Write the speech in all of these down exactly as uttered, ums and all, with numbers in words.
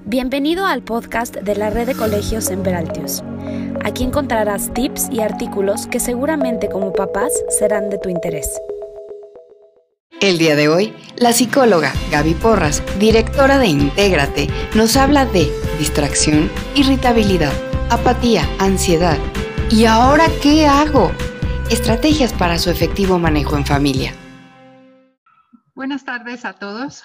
Bienvenido al podcast de la Red de Colegios Semper Altius. Aquí encontrarás tips y artículos que seguramente como papás serán de tu interés. El día de hoy, la psicóloga Gaby Porras, directora de Intégrate, nos habla de distracción, irritabilidad, apatía, ansiedad. ¿Y ahora qué hago? Estrategias para su efectivo manejo en familia. Buenas tardes a todos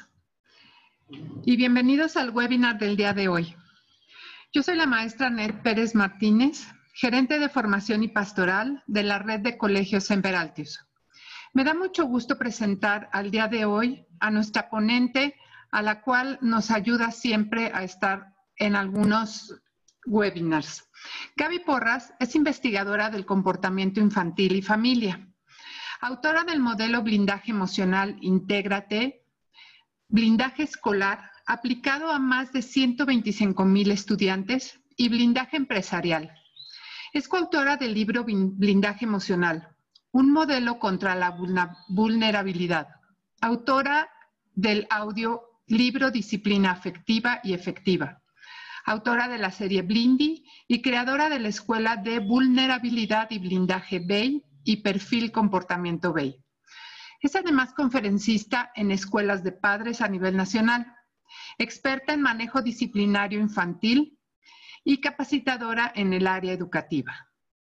y bienvenidos al webinar del día de hoy. Yo soy la maestra Net Pérez Martínez, gerente de formación y pastoral de la Red de Colegios Semper Altius. Me da mucho gusto presentar al día de hoy a nuestra ponente, a la cual nos ayuda siempre a estar en algunos webinars. Gaby Porras es investigadora del comportamiento infantil y familia, autora del modelo Blindaje Emocional Intégrate, blindaje escolar aplicado a más de ciento veinticinco mil estudiantes y blindaje empresarial. Es coautora del libro Blindaje Emocional, un modelo contra la vulnerabilidad. Autora del audio libro Disciplina Afectiva y Efectiva. Autora de la serie Blindy y creadora de la Escuela de Vulnerabilidad y Blindaje B E I y Perfil Comportamiento B E I. Es además conferencista en escuelas de padres a nivel nacional, experta en manejo disciplinario infantil y capacitadora en el área educativa.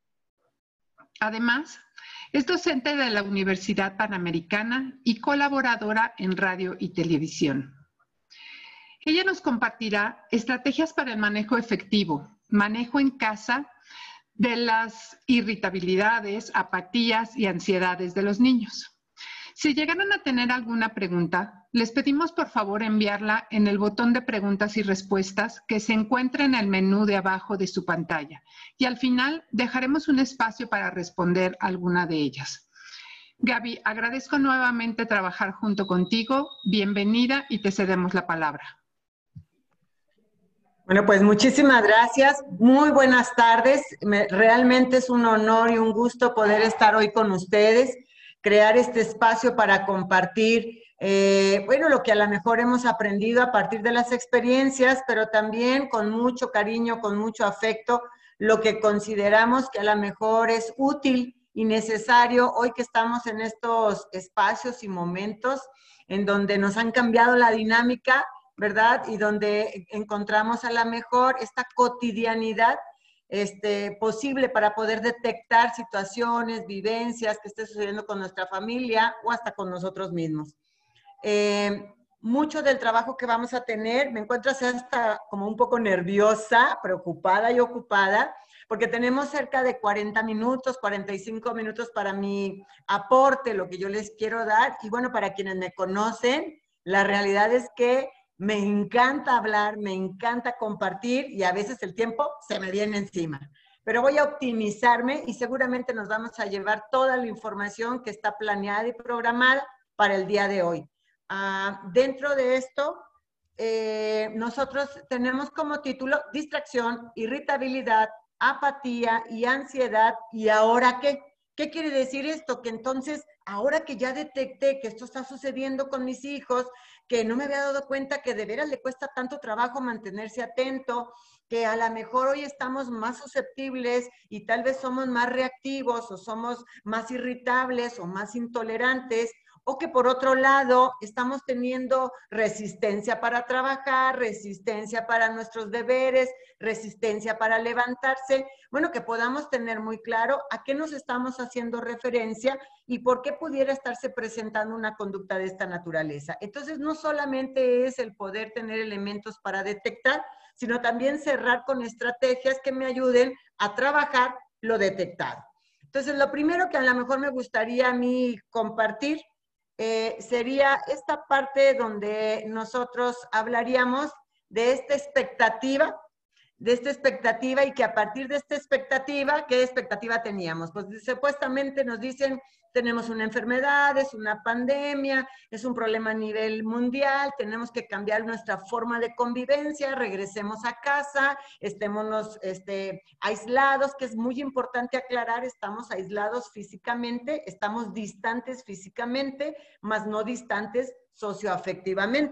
Además, es docente de la Universidad Panamericana y colaboradora en radio y televisión. Ella nos compartirá estrategias para el manejo efectivo, manejo en casa de las irritabilidades, apatías y ansiedades de los niños. Si llegaran a tener alguna pregunta, les pedimos por favor enviarla en el botón de preguntas y respuestas que se encuentra en el menú de abajo de su pantalla. Y al final dejaremos un espacio para responder alguna de ellas. Gaby, agradezco nuevamente trabajar junto contigo. Bienvenida y te cedemos la palabra. Bueno, pues muchísimas gracias. Muy buenas tardes. Me, realmente es un honor y un gusto poder estar hoy con ustedes, crear este espacio para compartir, eh, bueno, lo que a lo mejor hemos aprendido a partir de las experiencias, pero también con mucho cariño, con mucho afecto, lo que consideramos que a lo mejor es útil y necesario hoy que estamos en estos espacios y momentos en donde nos han cambiado la dinámica, ¿verdad? Y donde encontramos a lo mejor esta cotidianidad Este, posible para poder detectar situaciones, vivencias que esté sucediendo con nuestra familia o hasta con nosotros mismos. Eh, mucho del trabajo que vamos a tener, me encuentro hasta como un poco nerviosa, preocupada y ocupada, porque tenemos cerca de cuarenta minutos, cuarenta y cinco minutos para mi aporte, lo que yo les quiero dar. Y bueno, para quienes me conocen, la realidad es que me encanta hablar, me encanta compartir y a veces el tiempo se me viene encima. Pero voy a optimizarme y seguramente nos vamos a llevar toda la información que está planeada y programada para el día de hoy. Uh, dentro de esto, eh, nosotros tenemos como título distracción, irritabilidad, apatía y ansiedad. ¿Y ahora qué? ¿Qué quiere decir esto? Que entonces, ahora que ya detecté que esto está sucediendo con mis hijos, que no me había dado cuenta que de veras le cuesta tanto trabajo mantenerse atento, que a lo mejor hoy estamos más susceptibles y tal vez somos más reactivos o somos más irritables o más intolerantes, o que por otro lado estamos teniendo resistencia para trabajar, resistencia para nuestros deberes, resistencia para levantarse. Bueno, que podamos tener muy claro a qué nos estamos haciendo referencia y por qué pudiera estarse presentando una conducta de esta naturaleza. Entonces, no solamente es el poder tener elementos para detectar, sino también cerrar con estrategias que me ayuden a trabajar lo detectado. Entonces, lo primero que a lo mejor me gustaría a mí compartir eh, sería esta parte donde nosotros hablaríamos de esta expectativa, de esta expectativa y que a partir de esta expectativa, ¿qué expectativa teníamos? Pues supuestamente nos dicen, tenemos una enfermedad, es una pandemia, es un problema a nivel mundial, tenemos que cambiar nuestra forma de convivencia, regresemos a casa, estémonos este, aislados, que es muy importante aclarar, estamos aislados físicamente, estamos distantes físicamente, más no distantes socioafectivamente.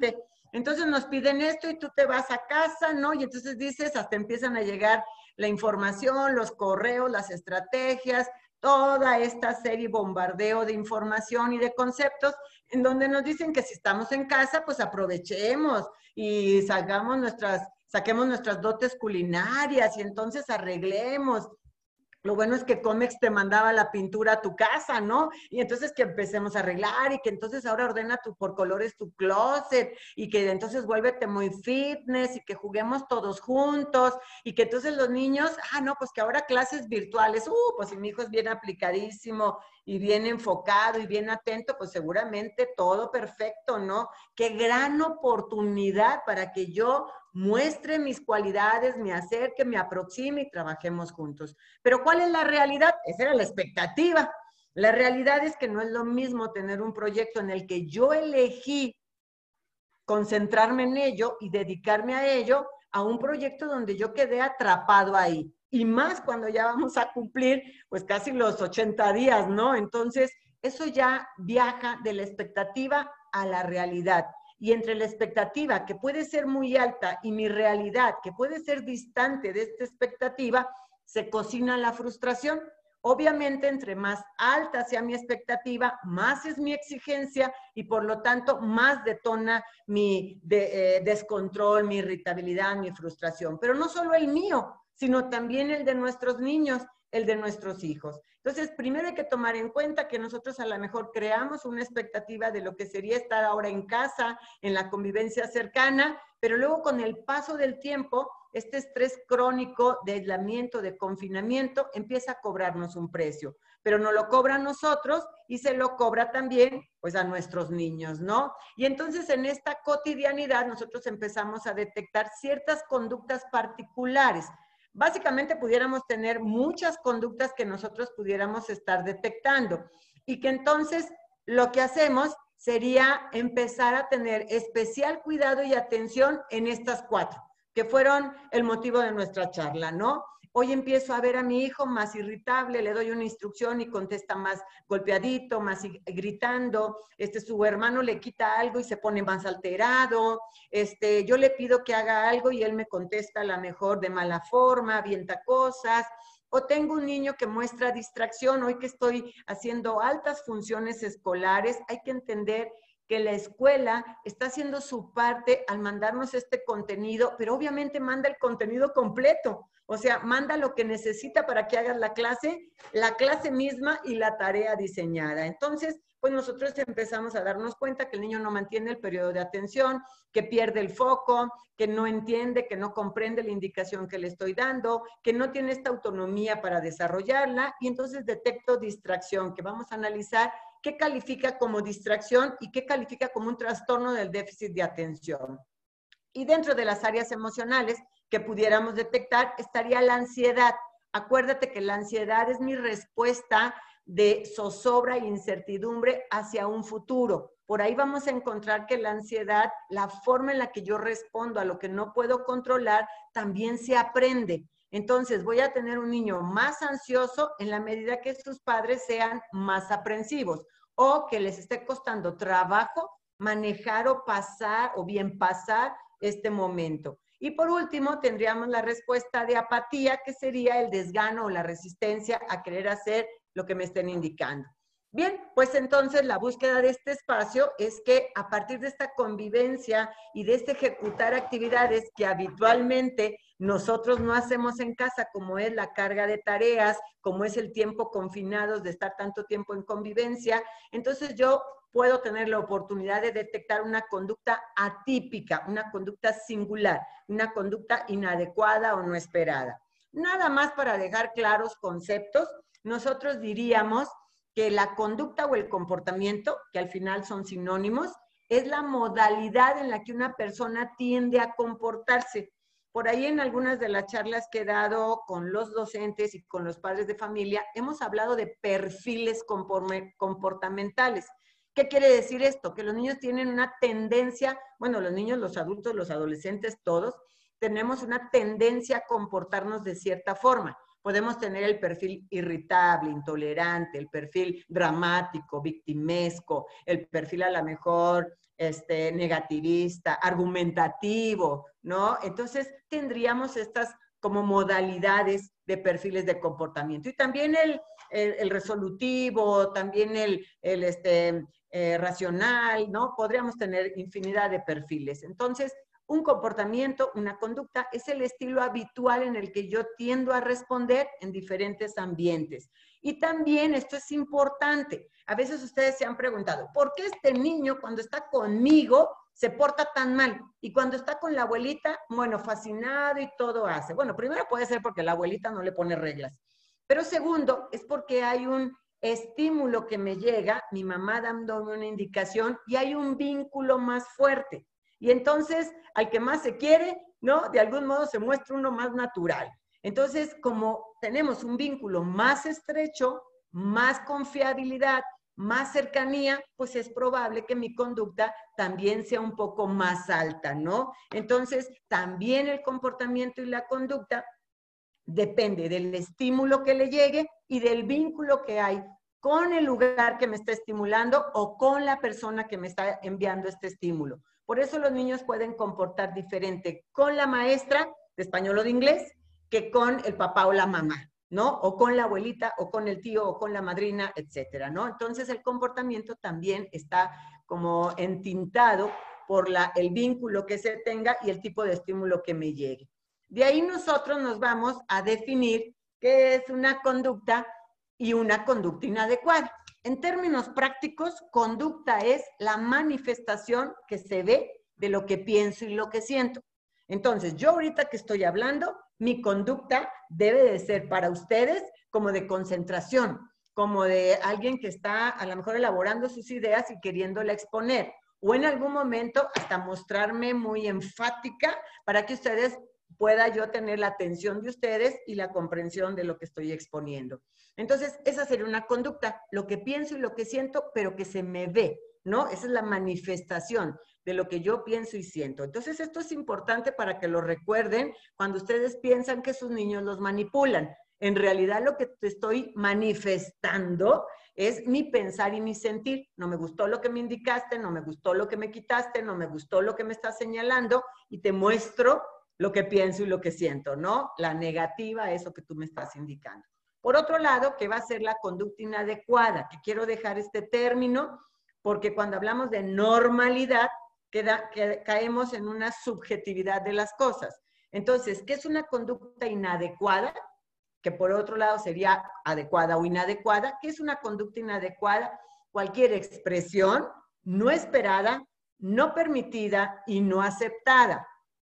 Entonces nos piden esto y tú te vas a casa, ¿no? Y entonces dices, hasta empiezan a llegar la información, los correos, las estrategias, toda esta serie bombardeo de información y de conceptos, en donde nos dicen que si estamos en casa, pues aprovechemos y salgamos nuestras, saquemos nuestras dotes culinarias y entonces arreglemos. Lo bueno es que Comex te mandaba la pintura a tu casa, ¿no? Y entonces que empecemos a arreglar y que entonces ahora ordena tu, por colores tu closet y que entonces vuélvete muy fitness y que juguemos todos juntos y que entonces los niños, ah, no, pues que ahora clases virtuales, uh, pues si mi hijo es bien aplicadísimo y bien enfocado y bien atento, pues seguramente todo perfecto, ¿no? Qué gran oportunidad para que yo muestre mis cualidades, me acerque, me aproxime y trabajemos juntos. Pero ¿cuál es la realidad? Esa era la expectativa. La realidad es que no es lo mismo tener un proyecto en el que yo elegí concentrarme en ello y dedicarme a ello, a un proyecto donde yo quedé atrapado ahí. Y más cuando ya vamos a cumplir, pues casi los ochenta días, ¿no? Entonces, eso ya viaja de la expectativa a la realidad. Y entre la expectativa, que puede ser muy alta, y mi realidad, que puede ser distante de esta expectativa, se cocina la frustración. Obviamente, entre más alta sea mi expectativa, más es mi exigencia y por lo tanto más detona mi de, eh, descontrol, mi irritabilidad, mi frustración. Pero no solo el mío, sino también el de nuestros niños, el de nuestros hijos. Entonces, primero hay que tomar en cuenta que nosotros a lo mejor creamos una expectativa de lo que sería estar ahora en casa, en la convivencia cercana, pero luego con el paso del tiempo, este estrés crónico de aislamiento, de confinamiento, empieza a cobrarnos un precio. Pero no lo cobra a nosotros y se lo cobra también, pues, a nuestros niños, ¿no? Y entonces en esta cotidianidad nosotros empezamos a detectar ciertas conductas particulares. Básicamente pudiéramos tener muchas conductas que nosotros pudiéramos estar detectando y que entonces lo que hacemos sería empezar a tener especial cuidado y atención en estas cuatro, que fueron el motivo de nuestra charla, ¿no? Hoy empiezo a ver a mi hijo más irritable, le doy una instrucción y contesta más golpeadito, más gritando, este, su hermano le quita algo y se pone más alterado, este, yo le pido que haga algo y él me contesta a lo mejor de mala forma, avienta cosas, o tengo un niño que muestra distracción. Hoy que estoy haciendo altas funciones escolares, hay que entender que la escuela está haciendo su parte al mandarnos este contenido, pero obviamente manda el contenido completo. O sea, manda lo que necesita para que hagas la clase, la clase misma y la tarea diseñada. Entonces, pues nosotros empezamos a darnos cuenta que el niño no mantiene el periodo de atención, que pierde el foco, que no entiende, que no comprende la indicación que le estoy dando, que no tiene esta autonomía para desarrollarla, y entonces detecto distracción, que vamos a analizar qué califica como distracción y qué califica como un trastorno del déficit de atención. Y dentro de las áreas emocionales que pudiéramos detectar estaría la ansiedad. Acuérdate que la ansiedad es mi respuesta de zozobra e incertidumbre hacia un futuro. Por ahí vamos a encontrar que la ansiedad, la forma en la que yo respondo a lo que no puedo controlar, también se aprende. Entonces voy a tener un niño más ansioso en la medida que sus padres sean más aprensivos o que les esté costando trabajo manejar o pasar o bien pasar este momento. Y por último tendríamos la respuesta de apatía, que sería el desgano o la resistencia a querer hacer lo que me estén indicando. Bien, pues entonces la búsqueda de este espacio es que a partir de esta convivencia y de este ejecutar actividades que habitualmente nosotros no hacemos en casa, como es la carga de tareas, como es el tiempo confinados de estar tanto tiempo en convivencia, entonces yo puedo tener la oportunidad de detectar una conducta atípica, una conducta singular, una conducta inadecuada o no esperada. Nada más para dejar claros conceptos, nosotros diríamos que la conducta o el comportamiento, que al final son sinónimos, es la modalidad en la que una persona tiende a comportarse. Por ahí en algunas de las charlas que he dado con los docentes y con los padres de familia, hemos hablado de perfiles comportamentales. ¿Qué quiere decir esto? Que los niños tienen una tendencia, bueno, los niños, los adultos, los adolescentes, todos, tenemos una tendencia a comportarnos de cierta forma. Podemos tener el perfil irritable, intolerante, el perfil dramático, victimesco, el perfil a lo mejor este, negativista, argumentativo, ¿no? Entonces tendríamos estas como modalidades de perfiles de comportamiento. Y también el, el, el resolutivo, también el, el este, eh, racional, ¿no? Podríamos tener infinidad de perfiles. Entonces, un comportamiento, una conducta, es el estilo habitual en el que yo tiendo a responder en diferentes ambientes. Y también, esto es importante, a veces ustedes se han preguntado, ¿por qué este niño cuando está conmigo se porta tan mal? Y cuando está con la abuelita, bueno, fascinado y todo hace. Bueno, primero puede ser porque la abuelita no le pone reglas. Pero segundo, es porque hay un estímulo que me llega, mi mamá dándome una indicación y hay un vínculo más fuerte. Y entonces, al que más se quiere, ¿no? De algún modo se muestra uno más natural. Entonces, como tenemos un vínculo más estrecho, más confiabilidad, más cercanía, pues es probable que mi conducta también sea un poco más alta, ¿no? Entonces, también el comportamiento y la conducta depende del estímulo que le llegue y del vínculo que hay con el lugar que me está estimulando o con la persona que me está enviando este estímulo. Por eso los niños pueden comportar diferente con la maestra de español o de inglés que con el papá o la mamá, ¿no? O con la abuelita, o con el tío, o con la madrina, etcétera, ¿no? Entonces el comportamiento también está como entintado por la, el vínculo que se tenga y el tipo de estímulo que me llegue. De ahí nosotros nos vamos a definir qué es una conducta y una conducta inadecuada. En términos prácticos, conducta es la manifestación que se ve de lo que pienso y lo que siento. Entonces, yo ahorita que estoy hablando, mi conducta debe de ser para ustedes como de concentración, como de alguien que está a lo mejor elaborando sus ideas y queriéndola exponer, o en algún momento hasta mostrarme muy enfática para que ustedes pueda yo tener la atención de ustedes y la comprensión de lo que estoy exponiendo. Entonces, esa sería una conducta, lo que pienso y lo que siento, pero que se me ve, ¿no? Esa es la manifestación de lo que yo pienso y siento. Entonces, esto es importante para que lo recuerden cuando ustedes piensan que sus niños los manipulan. En realidad, lo que te estoy manifestando es mi pensar y mi sentir. No me gustó lo que me indicaste, no me gustó lo que me quitaste, no me gustó lo que me estás señalando y te muestro lo que pienso y lo que siento, ¿no? La negativa, eso que tú me estás indicando. Por otro lado, ¿qué va a ser la conducta inadecuada? Que quiero dejar este término porque cuando hablamos de normalidad, queda, que caemos en una subjetividad de las cosas. Entonces, ¿qué es una conducta inadecuada? Que por otro lado sería adecuada o inadecuada. ¿Qué es una conducta inadecuada? Cualquier expresión no esperada, no permitida y no aceptada,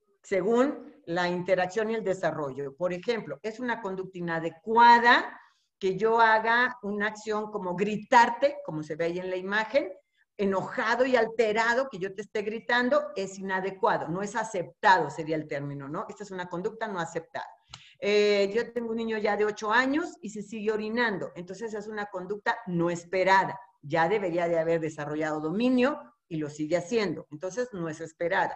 según la interacción y el desarrollo. Por ejemplo, es una conducta inadecuada que yo haga una acción como gritarte, como se ve ahí en la imagen, enojado y alterado, que yo te esté gritando, es inadecuado, no es aceptado, sería el término, ¿no? Esta es una conducta no aceptada. Eh, yo tengo un niño ya de ocho años y se sigue orinando, entonces es una conducta no esperada, ya debería de haber desarrollado dominio y lo sigue haciendo, entonces no es esperada.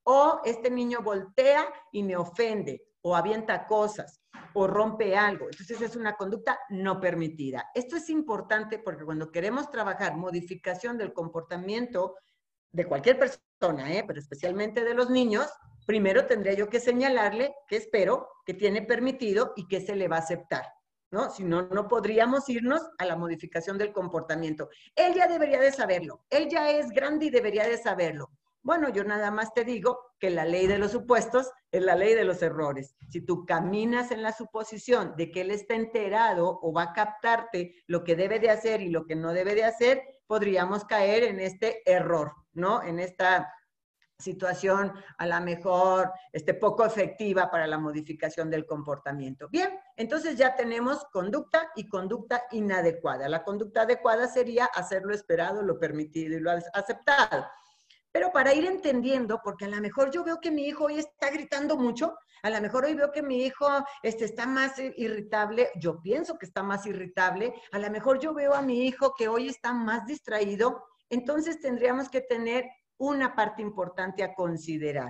O este niño voltea y me ofende, o avienta cosas, o rompe algo. Entonces es una conducta no permitida. Esto es importante porque cuando queremos trabajar modificación del comportamiento de cualquier persona, ¿eh? pero especialmente de los niños, primero tendría yo que señalarle que espero, que tiene permitido y que se le va a aceptar, ¿no? Si no, no podríamos irnos a la modificación del comportamiento. Él ya debería de saberlo. Él ya es grande y debería de saberlo. Bueno, yo nada más te digo que la ley de los supuestos es la ley de los errores. Si tú caminas en la suposición de que él está enterado o va a captarte lo que debe de hacer y lo que no debe de hacer, podríamos caer en este error, ¿no? En esta situación a lo mejor este, poco efectiva para la modificación del comportamiento. Bien, entonces ya tenemos conducta y conducta inadecuada. La conducta adecuada sería hacer lo esperado, lo permitido y lo aceptado. Pero para ir entendiendo, porque a lo mejor yo veo que mi hijo hoy está gritando mucho, a lo mejor hoy veo que mi hijo este, está más irritable, yo pienso que está más irritable, a lo mejor yo veo a mi hijo que hoy está más distraído, entonces tendríamos que tener una parte importante a considerar.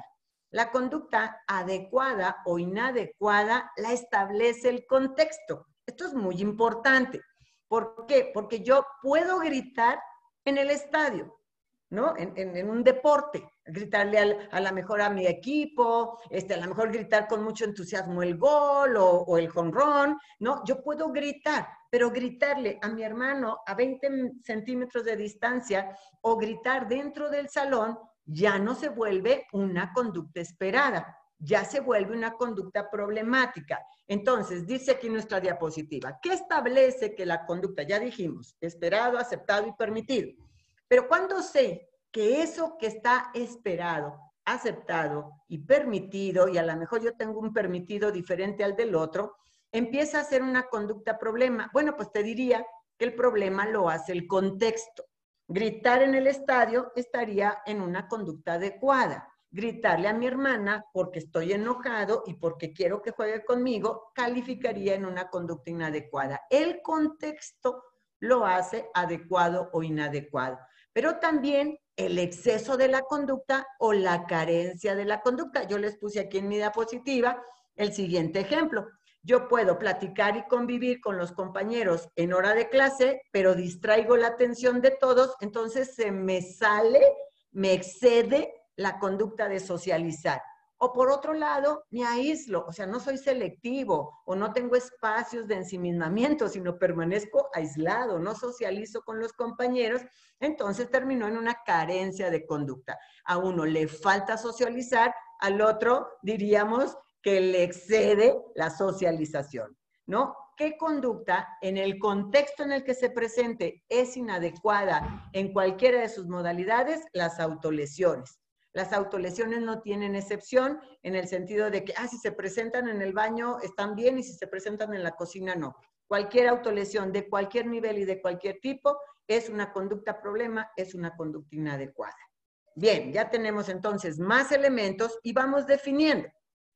La conducta adecuada o inadecuada la establece el contexto. Esto es muy importante. ¿Por qué? Porque yo puedo gritar en el estadio, ¿no? En, en, en un deporte, gritarle al, a la mejor a mi equipo, este, a lo mejor gritar con mucho entusiasmo el gol o, o el jonrón, ¿no? Yo puedo gritar, pero gritarle a mi hermano a veinte centímetros de distancia o gritar dentro del salón ya no se vuelve una conducta esperada, ya se vuelve una conducta problemática. Entonces, dice aquí nuestra diapositiva, ¿qué establece que la conducta? Ya dijimos, esperado, aceptado y permitido. Pero ¿cuándo sé que eso que está esperado, aceptado y permitido, y a lo mejor yo tengo un permitido diferente al del otro, empieza a ser una conducta problema? Bueno, pues te diría que el problema lo hace el contexto. Gritar en el estadio estaría en una conducta adecuada. Gritarle a mi hermana porque estoy enojado y porque quiero que juegue conmigo, calificaría en una conducta inadecuada. El contexto lo hace adecuado o inadecuado. Pero también el exceso de la conducta o la carencia de la conducta. Yo les puse aquí en mi diapositiva el siguiente ejemplo. Yo puedo platicar y convivir con los compañeros en hora de clase, pero distraigo la atención de todos, entonces se me sale, me excede la conducta de socializar. O por otro lado, me aíslo, o sea, no soy selectivo o no tengo espacios de ensimismamiento, sino permanezco aislado, no socializo con los compañeros, entonces terminó en una carencia de conducta. A uno le falta socializar, al otro diríamos que le excede la socialización, ¿no? ¿Qué conducta en el contexto en el que se presente es inadecuada en cualquiera de sus modalidades? Las autolesiones. Las autolesiones no tienen excepción en el sentido de que, ah, si se presentan en el baño están bien y si se presentan en la cocina no. Cualquier autolesión de cualquier nivel y de cualquier tipo es una conducta problema, es una conducta inadecuada. Bien, ya tenemos entonces más elementos y vamos definiendo.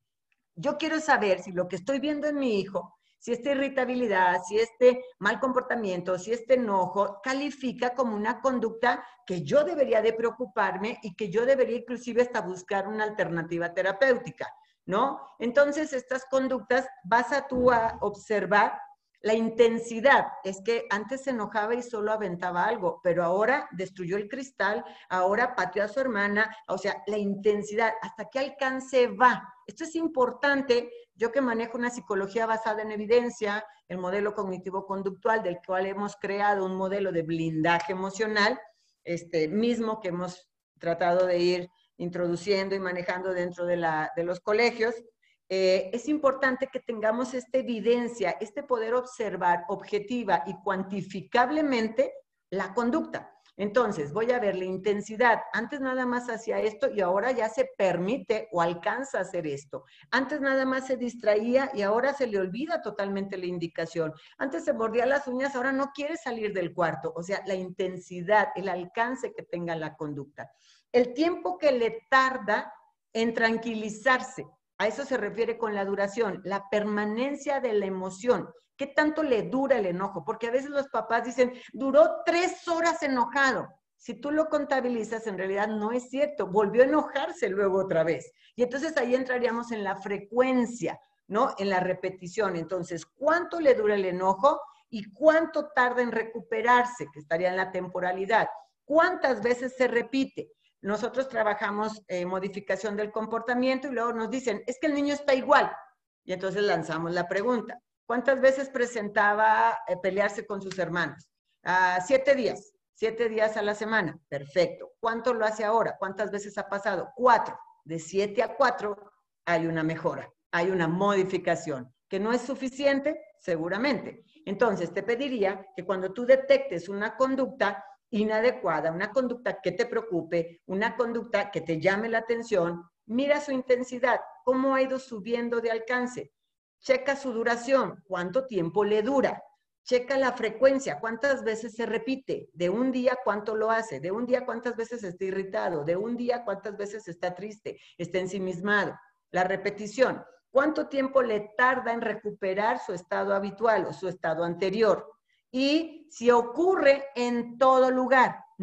Yo quiero saber si lo que estoy viendo en mi hijo, si esta irritabilidad, si este mal comportamiento, si este enojo, califica como una conducta que yo debería de preocuparme y que yo debería inclusive hasta buscar una alternativa terapéutica, ¿no? Entonces, estas conductas vas a tú a observar la intensidad. Es que antes se enojaba y solo aventaba algo, pero ahora destruyó el cristal, ahora pateó a su hermana, o sea, la intensidad, ¿hasta qué alcance va? Esto es importante. Yo que manejo una psicología basada en evidencia, el modelo cognitivo-conductual, del cual hemos creado un modelo de blindaje emocional, este mismo que hemos tratado de ir introduciendo y manejando dentro de, la, de los colegios, eh, es importante que tengamos esta evidencia, este poder observar objetiva y cuantificablemente la conducta. Entonces, voy a ver la intensidad. Antes nada más hacía esto y ahora ya se permite o alcanza a hacer esto. Antes nada más se distraía y ahora se le olvida totalmente la indicación. Antes se mordía las uñas, ahora no quiere salir del cuarto. O sea, la intensidad, el alcance que tenga la conducta. El tiempo que le tarda en tranquilizarse. A eso se refiere con la duración, la permanencia de la emoción. ¿Qué tanto le dura el enojo? Porque a veces los papás dicen, duró tres horas enojado. Si tú lo contabilizas, en realidad no es cierto. Volvió a enojarse luego otra vez. Y entonces ahí entraríamos en la frecuencia, ¿no? En la repetición. Entonces, ¿cuánto le dura el enojo? ¿Y cuánto tarda en recuperarse? Que estaría en la temporalidad. ¿Cuántas veces se repite? Nosotros trabajamos eh, modificación del comportamiento y luego nos dicen, es que el niño está igual. Y entonces lanzamos la pregunta. ¿Cuántas veces presentaba eh, pelearse con sus hermanos? Uh, siete días. Siete días a la semana. Perfecto. ¿Cuánto lo hace ahora? ¿Cuántas veces ha pasado? Cuatro. De siete a cuatro hay una mejora. Hay una modificación. ¿Que no es suficiente? Seguramente. Entonces, te pediría que cuando tú detectes una conducta inadecuada, una conducta que te preocupe, una conducta que te llame la atención, mira su intensidad, cómo ha ido subiendo de alcance. Checa su duración, cuánto tiempo le dura. Checa la frecuencia, cuántas veces se repite. De un día, cuánto lo hace. De un día, cuántas veces está irritado. De un día, cuántas veces está triste, está ensimismado. La repetición, cuánto tiempo le tarda en recuperar su estado habitual o su estado anterior. Y si ocurre en todo lugar,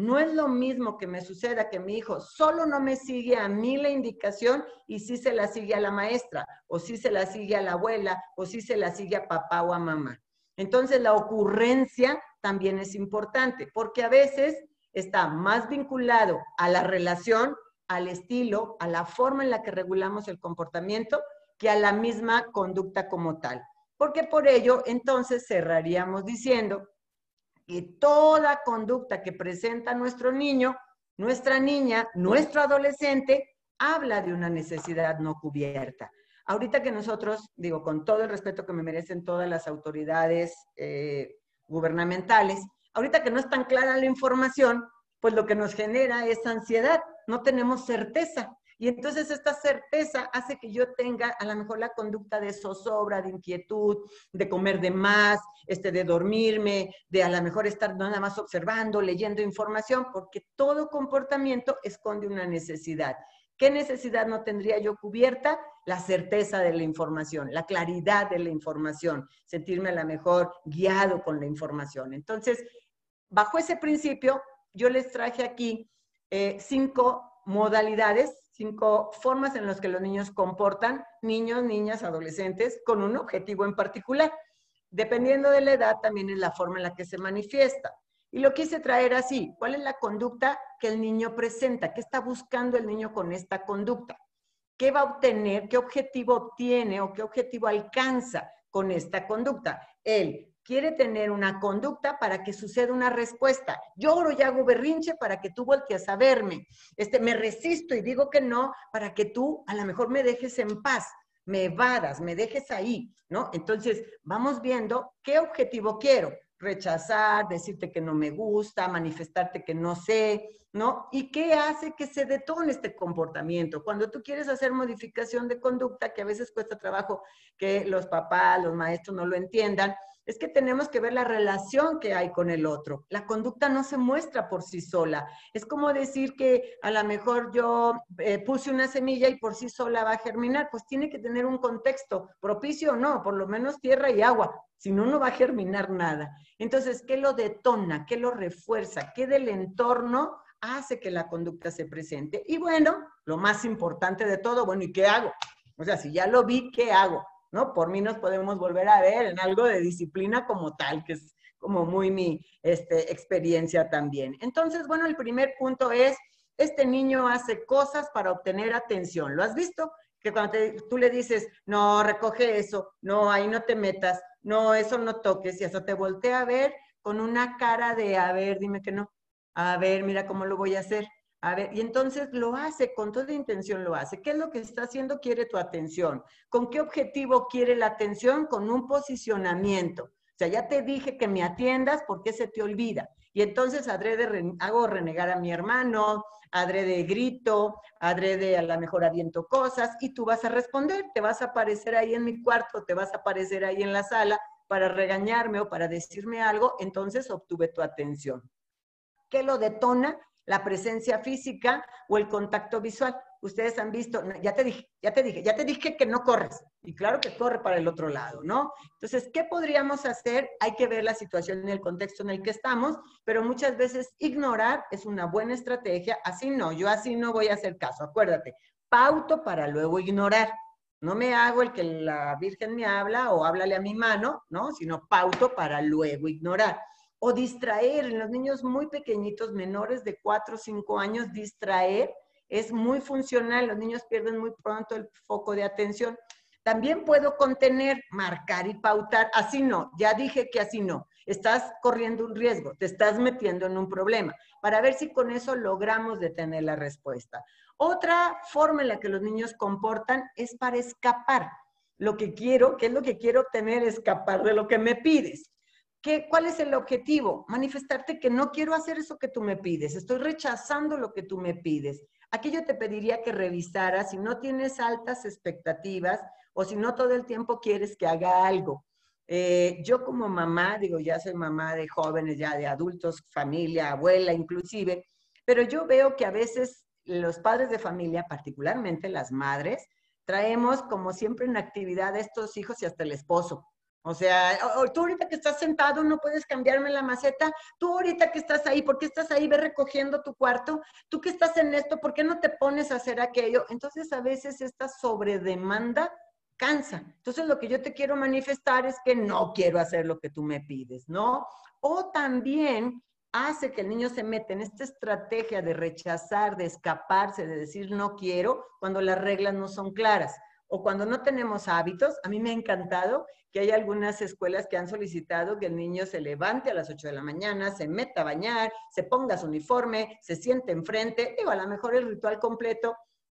No es lo mismo que me suceda que mi hijo solo no me sigue a mí la indicación y sí se la sigue a la maestra, o sí se la sigue a la abuela, o sí se la sigue a papá o a mamá. Entonces, la ocurrencia también es importante, porque a veces está más vinculado a la relación, al estilo, a la forma en la que regulamos el comportamiento, que a la misma conducta como tal. Porque por ello, entonces, cerraríamos diciendo que toda conducta que presenta nuestro niño, nuestra niña, nuestro adolescente, habla de una necesidad no cubierta. Ahorita que nosotros, digo, con todo el respeto que me merecen todas las autoridades eh, gubernamentales, ahorita que no es tan clara la información, pues lo que nos genera es ansiedad, no tenemos certeza. Y entonces esta certeza hace que yo tenga a lo mejor la conducta de zozobra, de inquietud, de comer de más, este, de dormirme, de a lo mejor estar nada más observando, leyendo información, porque todo comportamiento esconde una necesidad. ¿Qué necesidad no tendría yo cubierta? La certeza de la información, la claridad de la información, sentirme a lo mejor guiado con la información. Entonces, bajo ese principio, yo les traje aquí eh, cinco modalidades, cinco formas en las que los niños comportan, niños, niñas, adolescentes, con un objetivo en particular. Dependiendo de la edad, también es la forma en la que se manifiesta. Y lo quise traer así, ¿cuál es la conducta que el niño presenta? ¿Qué está buscando el niño con esta conducta? ¿Qué va a obtener? ¿Qué objetivo obtiene o qué objetivo alcanza con esta conducta? Él quiere tener una conducta para que suceda una respuesta. Lloro y hago berrinche para que tú voltees a verme. Este, me resisto y digo que no para que tú a lo mejor me dejes en paz, me evadas, me dejes ahí, ¿no? Entonces, vamos viendo qué objetivo quiero. Rechazar, decirte que no me gusta, manifestarte que no sé, ¿no? ¿Y qué hace que se detone este comportamiento? Cuando tú quieres hacer modificación de conducta, que a veces cuesta trabajo que los papás, los maestros no lo entiendan, es que tenemos que ver la relación que hay con el otro. La conducta no se muestra por sí sola. Es como decir que a lo mejor yo eh, puse una semilla y por sí sola va a germinar. Pues tiene que tener un contexto propicio o no, por lo menos tierra y agua. Si no, no va a germinar nada. Entonces, ¿qué lo detona? ¿Qué lo refuerza? ¿Qué del entorno hace que la conducta se presente? Y bueno, lo más importante de todo, bueno, ¿y qué hago? O sea, si ya lo vi, ¿qué hago? ¿No? Por mí nos podemos volver a ver en algo de disciplina como tal, que es como muy mi este, experiencia también. Entonces, bueno, el primer punto es, este niño hace cosas para obtener atención. ¿Lo has visto? Que cuando te, tú le dices, no, recoge eso, no, ahí no te metas, no, eso no toques, y hasta te voltea a ver con una cara de, a ver, dime que no, a ver, mira cómo lo voy a hacer. A ver, y entonces lo hace, con toda intención lo hace. ¿Qué es lo que está haciendo? Quiere tu atención. ¿Con qué objetivo quiere la atención? Con un posicionamiento. O sea, ya te dije que me atiendas, ¿por qué se te olvida? Y entonces adrede re, hago renegar a mi hermano, adrede grito, adrede a lo mejor aviento cosas, y tú vas a responder, te vas a aparecer ahí en mi cuarto, te vas a aparecer ahí en la sala para regañarme o para decirme algo, entonces obtuve tu atención. ¿Qué lo detona? La presencia física o el contacto visual. Ustedes han visto, ya te dije, ya te dije, ya te dije que no corres. Y claro que corre para el otro lado, ¿no? Entonces, ¿qué podríamos hacer? Hay que ver la situación y el contexto en el que estamos, pero muchas veces ignorar es una buena estrategia. Así no, yo así no voy a hacer caso. Acuérdate, pauto para luego ignorar. No me hago el que la Virgen me habla o háblale a mi mano, ¿no? Sino pauto para luego ignorar. O distraer, en los niños muy pequeñitos, menores de cuatro o cinco años, distraer es muy funcional, los niños pierden muy pronto el foco de atención. También puedo contener, marcar y pautar, así no, ya dije que así no, estás corriendo un riesgo, te estás metiendo en un problema, para ver si con eso logramos detener la respuesta. Otra forma en la que los niños comportan es para escapar. Lo que quiero, ¿qué es lo que quiero obtener? Escapar de lo que me pides. ¿Qué, ¿Cuál es el objetivo? Manifestarte que no quiero hacer eso que tú me pides, estoy rechazando lo que tú me pides. Aquí yo te pediría que revisaras si no tienes altas expectativas o si no todo el tiempo quieres que haga algo. Eh, yo como mamá, digo, ya soy mamá de jóvenes, ya de adultos, familia, abuela inclusive, pero yo veo que a veces los padres de familia, particularmente las madres, traemos como siempre en actividad a estos hijos y hasta el esposo. O sea, o, o tú ahorita que estás sentado no puedes cambiarme la maceta, tú ahorita que estás ahí, ¿por qué estás ahí? Ve recogiendo tu cuarto, tú que estás en esto, ¿por qué no te pones a hacer aquello? Entonces a veces esta sobredemanda cansa. Entonces lo que yo te quiero manifestar es que no quiero hacer lo que tú me pides, ¿no? O también hace que el niño se meta en esta estrategia de rechazar, de escaparse, de decir no quiero, cuando las reglas no son claras. O cuando no tenemos hábitos. A mí me ha encantado que hay algunas escuelas que han solicitado que el niño se levante a las ocho de la mañana, se meta a bañar, se ponga su uniforme, se siente enfrente. Digo, a lo mejor el ritual completo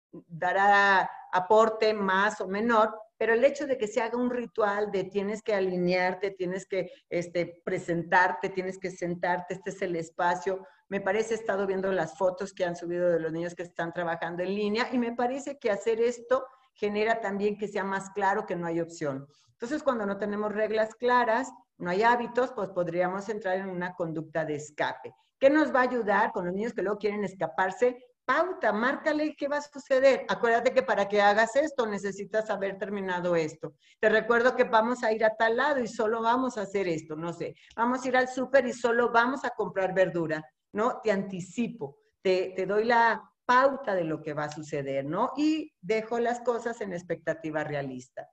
dará aporte más o menor, pero el hecho de que se haga un ritual de tienes que alinearte, tienes que este, presentarte, tienes que sentarte, este es el espacio. Me parece, he estado viendo las fotos que han subido de los niños que están trabajando en línea y me parece que hacer esto genera también que sea más claro que no hay opción. Entonces, cuando no tenemos reglas claras, no hay hábitos, pues podríamos entrar en una conducta de escape. ¿Qué nos va a ayudar con los niños que luego quieren escaparse? Pauta, márcale qué va a suceder. Acuérdate que para que hagas esto necesitas haber terminado esto. Te recuerdo que vamos a ir a tal lado y solo vamos a hacer esto, no sé. Vamos a ir al súper y solo vamos a comprar verdura, ¿no? Te anticipo, te, te doy la pauta de lo que va a suceder, ¿no? Y dejo las cosas en expectativa realista.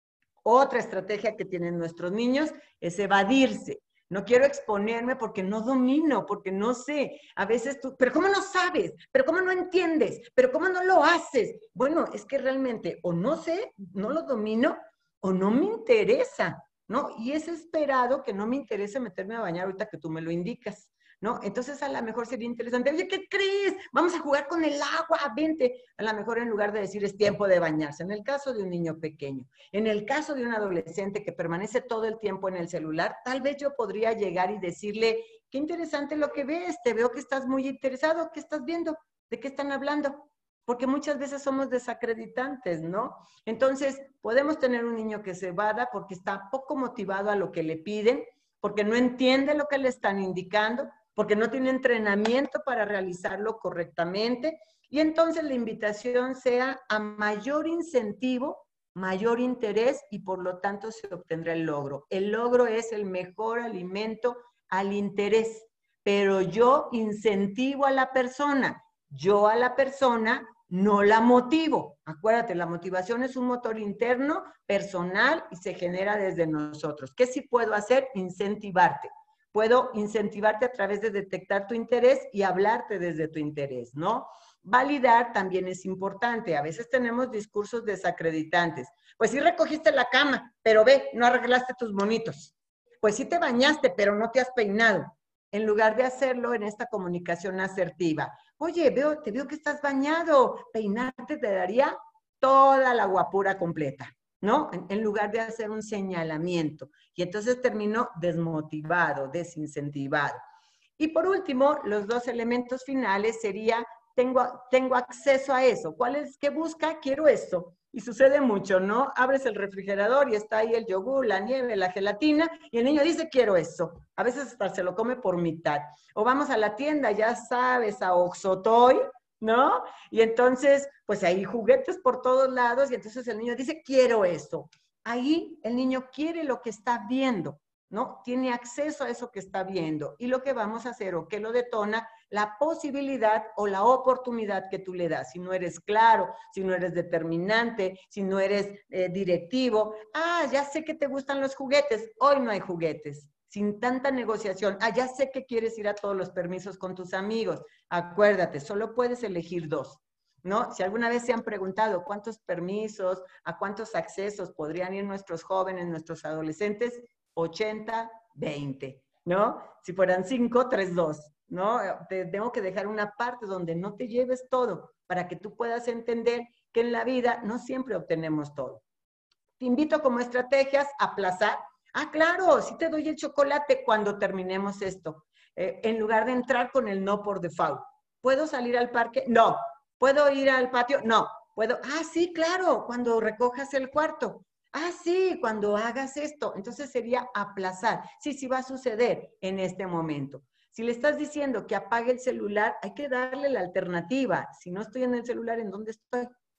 Otra estrategia que tienen nuestros niños es evadirse. No quiero exponerme porque no domino, porque no sé. A veces tú, pero ¿cómo no sabes? ¿Pero cómo no entiendes? ¿Pero cómo no lo haces? Bueno, es que realmente o no sé, no lo domino, o no me interesa, ¿no? Y es esperado que no me interese meterme a bañar ahorita que tú me lo indicas, ¿no? Entonces a lo mejor sería interesante, oye, ¿qué crees? Vamos a jugar con el agua, vente. A lo mejor en lugar de decir es tiempo de bañarse, en el caso de un niño pequeño, en el caso de un adolescente que permanece todo el tiempo en el celular, tal vez yo podría llegar y decirle, qué interesante lo que ves, te veo que estás muy interesado, ¿qué estás viendo? ¿De qué están hablando? Porque muchas veces somos desacreditantes, ¿no? Entonces, podemos tener un niño que se evada porque está poco motivado a lo que le piden, porque no entiende lo que le están indicando, porque no tiene entrenamiento para realizarlo correctamente, y entonces la invitación sea a mayor incentivo, mayor interés, y por lo tanto se obtendrá el logro. El logro es el mejor alimento al interés, pero yo incentivo a la persona, yo a la persona no la motivo. Acuérdate, la motivación es un motor interno, personal, y se genera desde nosotros. ¿Qué sí puedo hacer? Incentivarte. Puedo incentivarte a través de detectar tu interés y hablarte desde tu interés, ¿no? Validar también es importante. A veces tenemos discursos desacreditantes. Pues sí recogiste la cama, pero ve, no arreglaste tus monitos. Pues sí te bañaste, pero no te has peinado. En lugar de hacerlo en esta comunicación asertiva. Oye, veo, te veo que estás bañado. Peinarte te daría toda la guapura completa, ¿no? En, en lugar de hacer un señalamiento. Y entonces terminó desmotivado, desincentivado. Y por último, los dos elementos finales sería, tengo, tengo acceso a eso. ¿Cuál es? ¿Qué busca? Quiero esto. Y sucede mucho, ¿no? Abres el refrigerador y está ahí el yogur, la nieve, la gelatina, y el niño dice, quiero eso. A veces hasta se lo come por mitad. O vamos a la tienda, ya sabes, a Oxotoy, ¿no? Y entonces, pues hay juguetes por todos lados, y entonces el niño dice, quiero eso. Ahí el niño quiere lo que está viendo, ¿no? Tiene acceso a eso que está viendo. Y lo que vamos a hacer, o que lo detona, la posibilidad o la oportunidad que tú le das. Si no eres claro, si no eres determinante, si no eres eh, directivo. Ah, ya sé que te gustan los juguetes. Hoy no hay juguetes. Sin tanta negociación. Ah, ya sé que quieres ir a todos los permisos con tus amigos. Acuérdate, solo puedes elegir dos, ¿no? Si alguna vez se han preguntado cuántos permisos, a cuántos accesos podrían ir nuestros jóvenes, nuestros adolescentes, ochenta, veinte, ¿no? Si fueran cinco, tres, dos, ¿no? Te tengo que dejar una parte donde no te lleves todo para que tú puedas entender que en la vida no siempre obtenemos todo. Te invito como estrategias a aplazar. Ah, claro, sí te doy el chocolate cuando terminemos esto. Eh, en lugar de entrar con el no por default. ¿Puedo salir al parque? No. ¿Puedo ir al patio? No. ¿Puedo? Ah, sí, claro, cuando recojas el cuarto. Ah, sí, cuando hagas esto. Entonces sería aplazar. Sí, sí va a suceder en este momento. Si le estás diciendo que apague el celular, hay que darle la alternativa. Si no estoy en el celular, ¿en dónde estoy?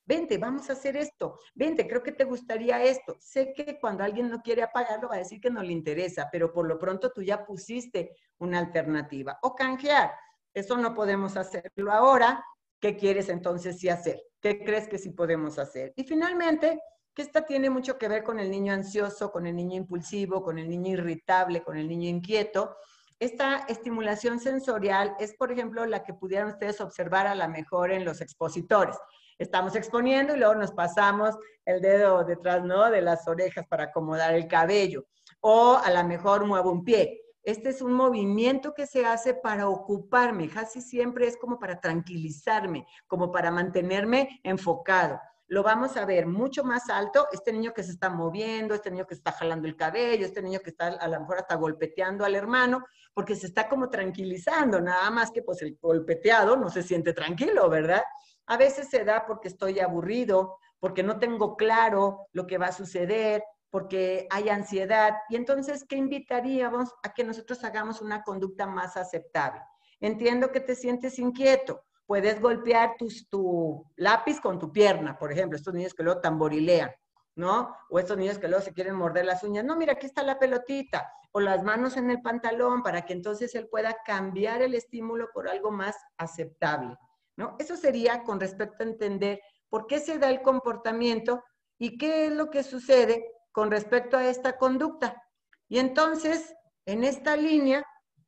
vente, vamos a hacer esto, vente, creo que te gustaría esto. Sé que cuando alguien no quiere apagarlo va a decir que no le interesa, pero por lo pronto tú ya pusiste una alternativa. O canjear, eso no podemos hacerlo ahora, ¿qué quieres entonces sí hacer? ¿Qué crees que sí podemos hacer? Y finalmente, que esta tiene mucho que ver con el niño ansioso, con el niño impulsivo, con el niño irritable, con el niño inquieto. Esta estimulación sensorial es, por ejemplo, la que pudieran ustedes observar a lo mejor en los expositores. Estamos exponiendo y luego nos pasamos el dedo detrás, ¿no?, de las orejas para acomodar el cabello. O a lo mejor muevo un pie. Este es un movimiento que se hace para ocuparme. Casi siempre es como para tranquilizarme, como para mantenerme enfocado. Lo vamos a ver mucho más alto, este niño que se está moviendo, este niño que está jalando el cabello, este niño que está a lo mejor hasta golpeteando al hermano, porque se está como tranquilizando, nada más que pues el golpeteado no se siente tranquilo, ¿verdad? A veces se da porque estoy aburrido, porque no tengo claro lo que va a suceder, porque hay ansiedad, y entonces, ¿qué invitaríamos a que nosotros hagamos una conducta más aceptable? Entiendo que te sientes inquieto. Puedes golpear tu, tu lápiz con tu pierna, por ejemplo, estos niños que luego tamborilean, ¿no? O estos niños que luego se quieren morder las uñas. No, mira, aquí está la pelotita. O las manos en el pantalón para que entonces él pueda cambiar el estímulo por algo más aceptable, ¿no? Eso sería con respecto a entender por qué se da el comportamiento y qué es lo que sucede con respecto a esta conducta. Y entonces, en esta línea,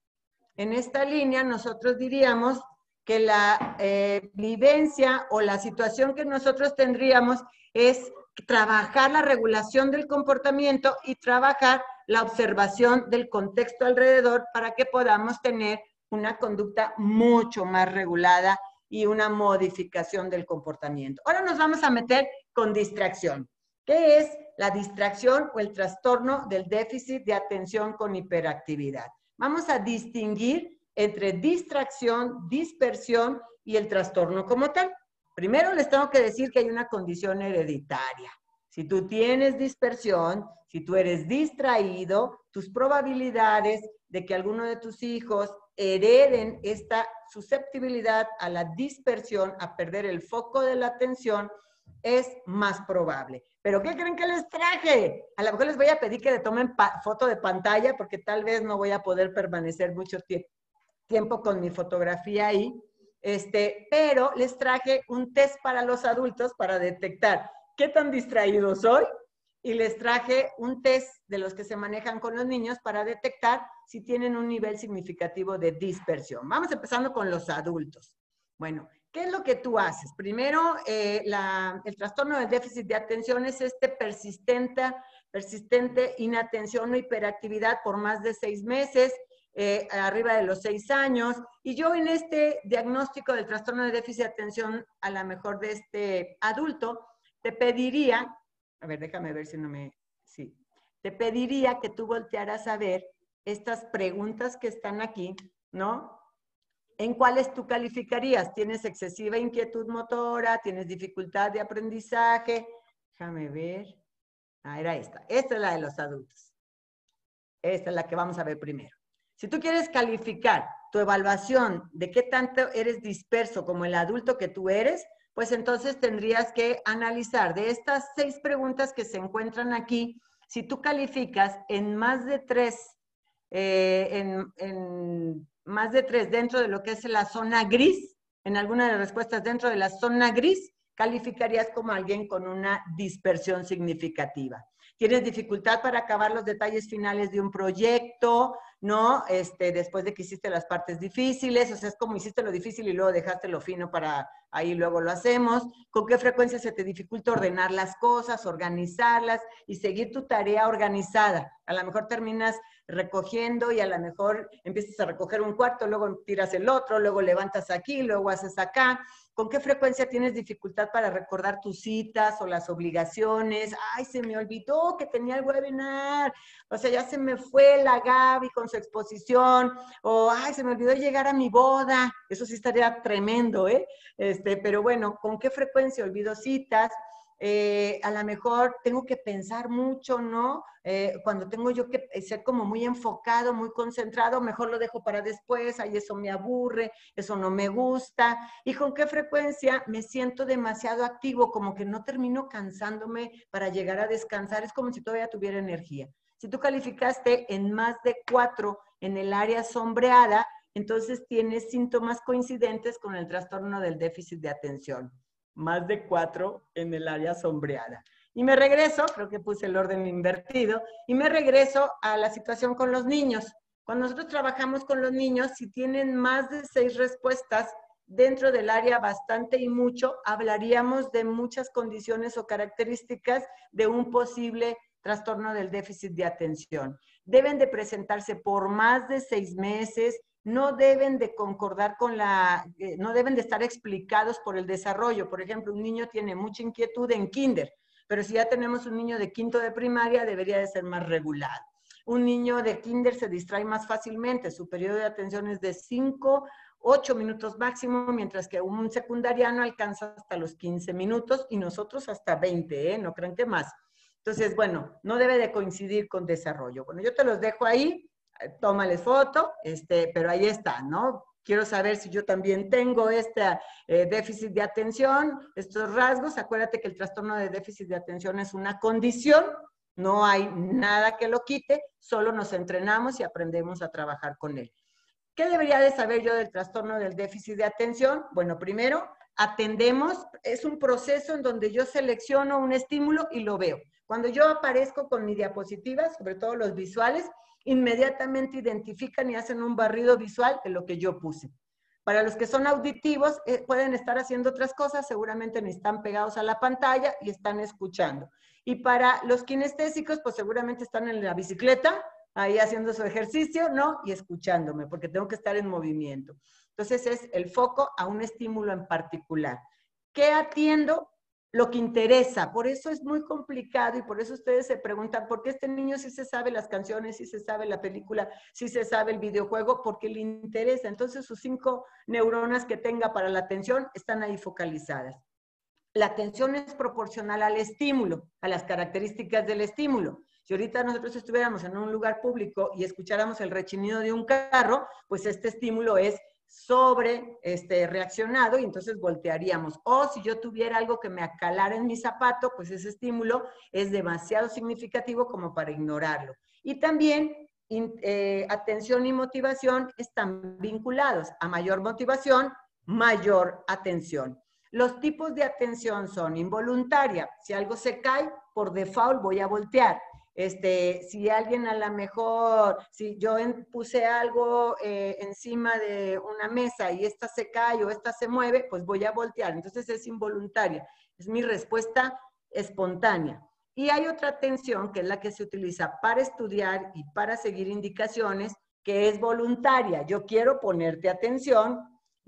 en esta línea nosotros diríamos que la eh, vivencia o la situación que nosotros tendríamos es trabajar la regulación del comportamiento y trabajar la observación del contexto alrededor para que podamos tener una conducta mucho más regulada y una modificación del comportamiento. Ahora nos vamos a meter con distracción. ¿Qué es la distracción o el trastorno del déficit de atención con hiperactividad? Vamos a distinguir entre distracción, dispersión y el trastorno como tal. Primero les tengo que decir que hay una condición hereditaria. Si tú tienes dispersión, si tú eres distraído, tus probabilidades de que alguno de tus hijos hereden esta susceptibilidad a la dispersión, a perder el foco de la atención, es más probable. ¿Pero qué creen que les traje? A lo mejor les voy a pedir que le tomen foto de pantalla porque tal vez no voy a poder permanecer mucho tiempo tiempo con mi fotografía ahí, este, pero les traje un test para los adultos para detectar qué tan distraído soy y les traje un test de los que se manejan con los niños para detectar si tienen un nivel significativo de dispersión. Vamos empezando con los adultos. Bueno, ¿qué es lo que tú haces? Primero, eh, la, el trastorno del déficit de atención es este persistente, persistente inatención o hiperactividad por más de seis meses, Eh, arriba de los seis años, y yo en este diagnóstico del trastorno de déficit de atención, a lo mejor de este adulto, te pediría, a ver, déjame ver si no me, sí, te pediría que tú voltearas a ver estas preguntas que están aquí, ¿no? ¿En cuáles tú calificarías? ¿Tienes excesiva inquietud motora? ¿Tienes dificultad de aprendizaje? Déjame ver, ah, era esta, esta es la de los adultos, esta es la que vamos a ver primero. Si tú quieres calificar tu evaluación de qué tanto eres disperso como el adulto que tú eres, pues entonces tendrías que analizar de estas seis preguntas que se encuentran aquí, si tú calificas en más de tres, eh, en, en más de tres dentro de lo que es la zona gris, en alguna de las respuestas dentro de la zona gris, calificarías como alguien con una dispersión significativa. Tienes dificultad para acabar los detalles finales de un proyecto, ¿no? Este, después de que hiciste las partes difíciles, o sea, es como hiciste lo difícil y luego dejaste lo fino para ahí luego lo hacemos. ¿Con qué frecuencia se te dificulta ordenar las cosas, organizarlas y seguir tu tarea organizada? A lo mejor terminas recogiendo y a lo mejor empiezas a recoger un cuarto, luego tiras el otro, luego levantas aquí, luego haces acá. ¿Con qué frecuencia tienes dificultad para recordar tus citas o las obligaciones? Ay, se me olvidó que tenía el webinar. O sea, ya se me fue la Gaby con su exposición. O, ay, se me olvidó llegar a mi boda. Eso sí estaría tremendo, ¿eh? Este, pero bueno, ¿con qué frecuencia olvido citas? Eh, a lo mejor tengo que pensar mucho, ¿no? Eh, cuando tengo yo que ser como muy enfocado, muy concentrado, mejor lo dejo para después, ay, eso me aburre, eso no me gusta. ¿Y con qué frecuencia me siento demasiado activo? Como que no termino cansándome para llegar a descansar, es como si todavía tuviera energía. Si tú calificaste en más de cuatro en el área sombreada, entonces tienes síntomas coincidentes con el trastorno del déficit de atención. Más de cuatro en el área sombreada. Y me regreso, creo que puse el orden invertido, y me regreso a la situación con los niños. Cuando nosotros trabajamos con los niños, si tienen más de seis respuestas dentro del área bastante y mucho, hablaríamos de muchas condiciones o características de un posible trastorno del déficit de atención. Deben de presentarse por más de seis meses, no deben de concordar con la, eh, no deben de estar explicados por el desarrollo. Por ejemplo, un niño tiene mucha inquietud en kinder, pero si ya tenemos un niño de quinto de primaria, debería de ser más regulado. Un niño de kinder se distrae más fácilmente, su periodo de atención es de cinco, ocho minutos máximo, mientras que un secundariano alcanza hasta los quince minutos y nosotros hasta veinte, ¿eh? No crean que más. Entonces, bueno, no debe de coincidir con desarrollo. Bueno, yo te los dejo ahí. Tómales foto, este, pero ahí está, ¿no? Quiero saber si yo también tengo este eh, déficit de atención, estos rasgos. Acuérdate que el trastorno de déficit de atención es una condición, no hay nada que lo quite, solo nos entrenamos y aprendemos a trabajar con él. ¿Qué debería de saber yo del trastorno del déficit de atención? Bueno, primero, atendemos, es un proceso en donde yo selecciono un estímulo y lo veo. Cuando yo aparezco con mi diapositiva, sobre todo los visuales, inmediatamente identifican y hacen un barrido visual de lo que yo puse. Para los que son auditivos, eh, pueden estar haciendo otras cosas, seguramente ni están pegados a la pantalla y están escuchando. Y para los kinestésicos, pues seguramente están en la bicicleta, ahí haciendo su ejercicio, ¿no? Y escuchándome, porque tengo que estar en movimiento. Entonces es el foco a un estímulo en particular. ¿Qué atiendo? Lo que interesa. Por eso es muy complicado y por eso ustedes se preguntan, ¿por qué este niño sí se sabe las canciones, sí se sabe la película, sí se sabe el videojuego? Porque le interesa. Entonces sus cinco neuronas que tenga para la atención están ahí focalizadas. La atención es proporcional al estímulo, a las características del estímulo. Si ahorita nosotros estuviéramos en un lugar público y escucháramos el rechinido de un carro, pues este estímulo es sobre este, reaccionado y entonces voltearíamos. O si yo tuviera algo que me acalara en mi zapato, pues ese estímulo es demasiado significativo como para ignorarlo. Y también in, eh, atención y motivación están vinculados. A mayor motivación, mayor atención. Los tipos de atención son involuntaria. Si algo se cae, por default voy a voltear. Este, si alguien a lo mejor, si yo en, puse algo eh, encima de una mesa y esta se cae o esta se mueve, pues voy a voltear. Entonces es involuntaria, es mi respuesta espontánea. Y hay otra atención que es la que se utiliza para estudiar y para seguir indicaciones, que es voluntaria. Yo quiero ponerte atención,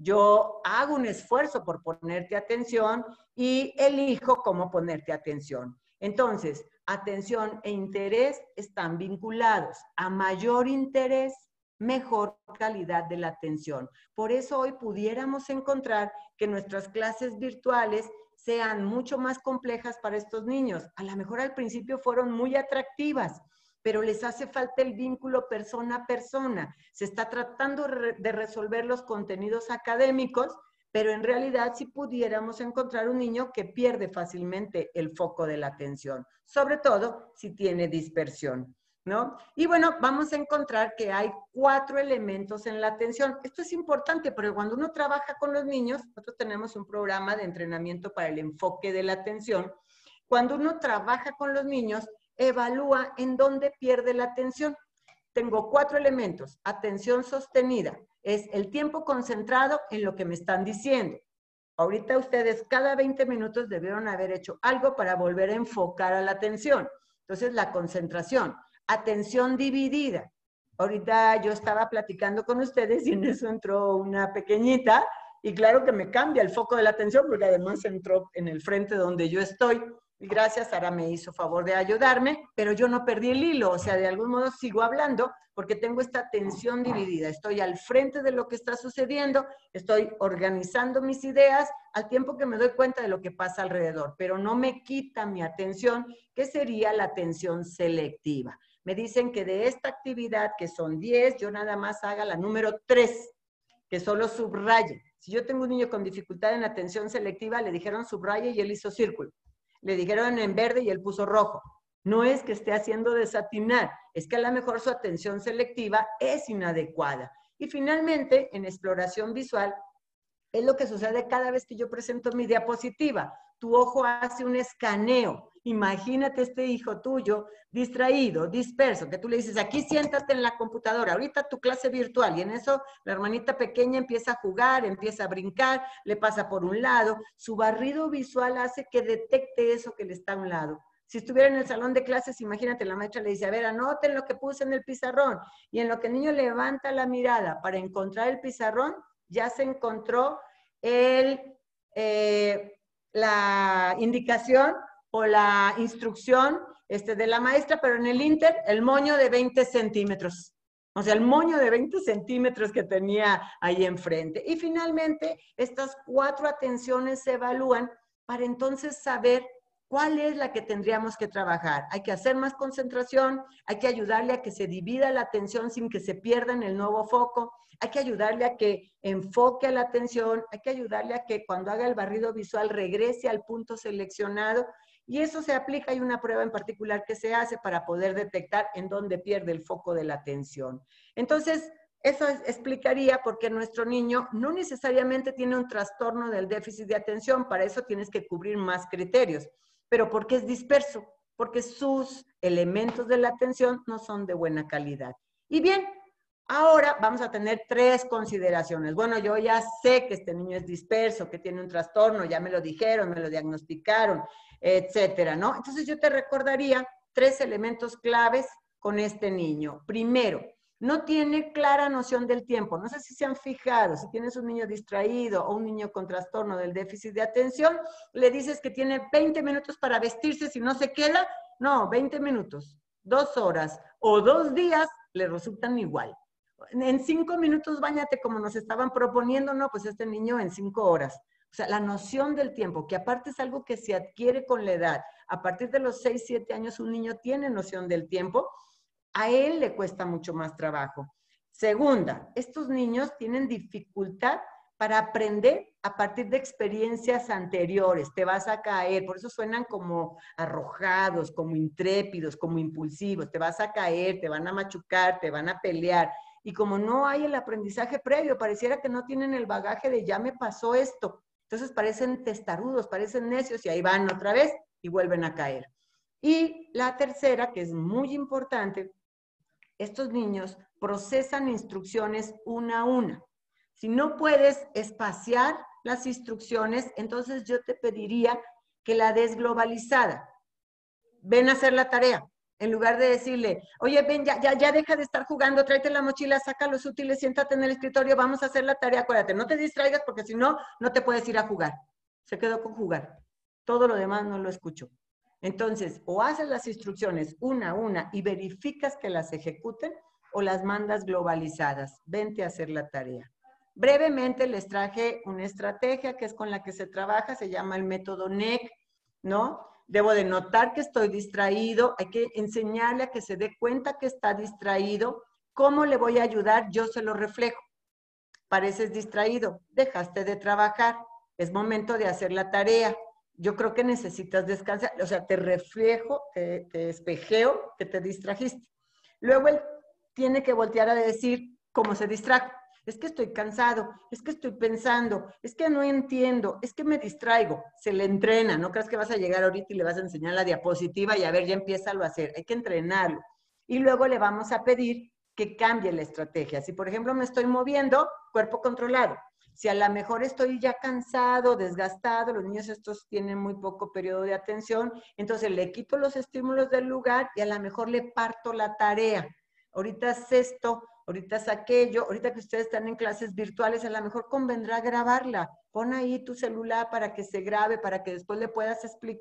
yo hago un esfuerzo por ponerte atención y elijo cómo ponerte atención. Entonces, atención e interés están vinculados. A mayor interés, mejor calidad de la atención. Por eso hoy pudiéramos encontrar que nuestras clases virtuales sean mucho más complejas para estos niños. A lo mejor al principio fueron muy atractivas, pero les hace falta el vínculo persona a persona. Se está tratando de resolver los contenidos académicos, pero en realidad si pudiéramos encontrar un niño que pierde fácilmente el foco de la atención, sobre todo si tiene dispersión, ¿no? Y bueno, vamos a encontrar que hay cuatro elementos en la atención. Esto es importante porque cuando uno trabaja con los niños, nosotros tenemos un programa de entrenamiento para el enfoque de la atención. Cuando uno trabaja con los niños, evalúa en dónde pierde la atención. Tengo cuatro elementos. Atención sostenida. Es el tiempo concentrado en lo que me están diciendo. Ahorita ustedes cada veinte minutos debieron haber hecho algo para volver a enfocar a la atención. Entonces, la concentración. Atención dividida. Ahorita yo estaba platicando con ustedes y en eso entró una pequeñita y claro que me cambia el foco de la atención porque además entró en el frente donde yo estoy. Y gracias, Sara me hizo favor de ayudarme, pero yo no perdí el hilo, o sea, de algún modo sigo hablando porque tengo esta atención dividida. Estoy al frente de lo que está sucediendo, estoy organizando mis ideas al tiempo que me doy cuenta de lo que pasa alrededor, pero no me quita mi atención, que sería la atención selectiva. Me dicen que de esta actividad, que son diez, yo nada más haga la número tres, que solo subraye. Si yo tengo un niño con dificultad en atención selectiva, le dijeron subraye y él hizo círculo. Le dijeron en verde y él puso rojo. No es que esté haciendo desatinar, es que a lo mejor su atención selectiva es inadecuada. Y finalmente, en exploración visual, es lo que sucede cada vez que yo presento mi diapositiva. Tu ojo hace un escaneo. Imagínate este hijo tuyo distraído, disperso, que tú le dices, aquí siéntate en la computadora, ahorita tu clase virtual, y en eso la hermanita pequeña empieza a jugar, empieza a brincar, le pasa por un lado, su barrido visual hace que detecte eso que le está a un lado. Si estuviera en el salón de clases, imagínate, la maestra le dice, a ver, anoten lo que puse en el pizarrón, y en lo que el niño levanta la mirada para encontrar el pizarrón, ya se encontró el, eh, la indicación o la instrucción este, de la maestra, pero en el inter, el moño de veinte centímetros. O sea, el moño de veinte centímetros que tenía ahí enfrente. Y finalmente, estas cuatro atenciones se evalúan para entonces saber cuál es la que tendríamos que trabajar. Hay que hacer más concentración, hay que ayudarle a que se divida la atención sin que se pierda en el nuevo foco, hay que ayudarle a que enfoque la atención, hay que ayudarle a que cuando haga el barrido visual regrese al punto seleccionado. Y eso se aplica, hay una prueba en particular que se hace para poder detectar en dónde pierde el foco de la atención. Entonces, eso es, explicaría por qué nuestro niño no necesariamente tiene un trastorno del déficit de atención, para eso tienes que cubrir más criterios, pero porque es disperso, porque sus elementos de la atención no son de buena calidad. Y bien, ahora vamos a tener tres consideraciones. Bueno, yo ya sé que este niño es disperso, que tiene un trastorno, ya me lo dijeron, me lo diagnosticaron, etcétera, ¿no? Entonces yo te recordaría tres elementos claves con este niño. Primero, no tiene clara noción del tiempo. No sé si se han fijado, si tienes un niño distraído o un niño con trastorno del déficit de atención, le dices que tiene veinte minutos para vestirse, si no se queda, no, veinte minutos, dos horas o dos días le resultan igual. En cinco minutos báñate como nos estaban proponiendo, no, pues este niño en cinco horas. O sea, la noción del tiempo, que aparte es algo que se adquiere con la edad. A partir de los seis, siete años un niño tiene noción del tiempo, a él le cuesta mucho más trabajo. Segunda, estos niños tienen dificultad para aprender a partir de experiencias anteriores. Te vas a caer, por eso suenan como arrojados, como intrépidos, como impulsivos. Te vas a caer, te van a machucar, te van a pelear. Y como no hay el aprendizaje previo, pareciera que no tienen el bagaje de ya me pasó esto. Entonces parecen testarudos, parecen necios y ahí van otra vez y vuelven a caer. Y la tercera, que es muy importante, estos niños procesan instrucciones una a una. Si no puedes espaciar las instrucciones, entonces yo te pediría que la des globalizada. Ven a hacer la tarea. En lugar de decirle, oye, ven, ya, ya, ya deja de estar jugando, tráete la mochila, saca los útiles, siéntate en el escritorio, vamos a hacer la tarea, acuérdate, no te distraigas porque si no, no te puedes ir a jugar. Se quedó con jugar. Todo lo demás no lo escucho. Entonces, o haces las instrucciones una a una y verificas que las ejecuten, o las mandas globalizadas. Vente a hacer la tarea. Brevemente les traje una estrategia que es con la que se trabaja, se llama el método N E C, ¿no? Debo de notar que estoy distraído, hay que enseñarle a que se dé cuenta que está distraído. ¿Cómo le voy a ayudar? Yo se lo reflejo. Pareces distraído, dejaste de trabajar, es momento de hacer la tarea. Yo creo que necesitas descansar, o sea, te reflejo, te, te espejeo que te distrajiste. Luego él tiene que voltear a decir cómo se distrajo. Es que estoy cansado, es que estoy pensando, es que no entiendo, es que me distraigo. Se le entrena, no creas que vas a llegar ahorita y le vas a enseñar la diapositiva y a ver, ya empieza a hacer. Hay que entrenarlo. Y luego le vamos a pedir que cambie la estrategia. Si, por ejemplo, me estoy moviendo, cuerpo controlado. Si a lo mejor estoy ya cansado, desgastado, los niños estos tienen muy poco periodo de atención, entonces le quito los estímulos del lugar y a lo mejor le parto la tarea. Ahorita es esto, ahorita es aquello, ahorita que ustedes están en clases virtuales, a lo mejor convendrá grabarla. Pon ahí tu celular para que se grabe, para que después le puedas explicar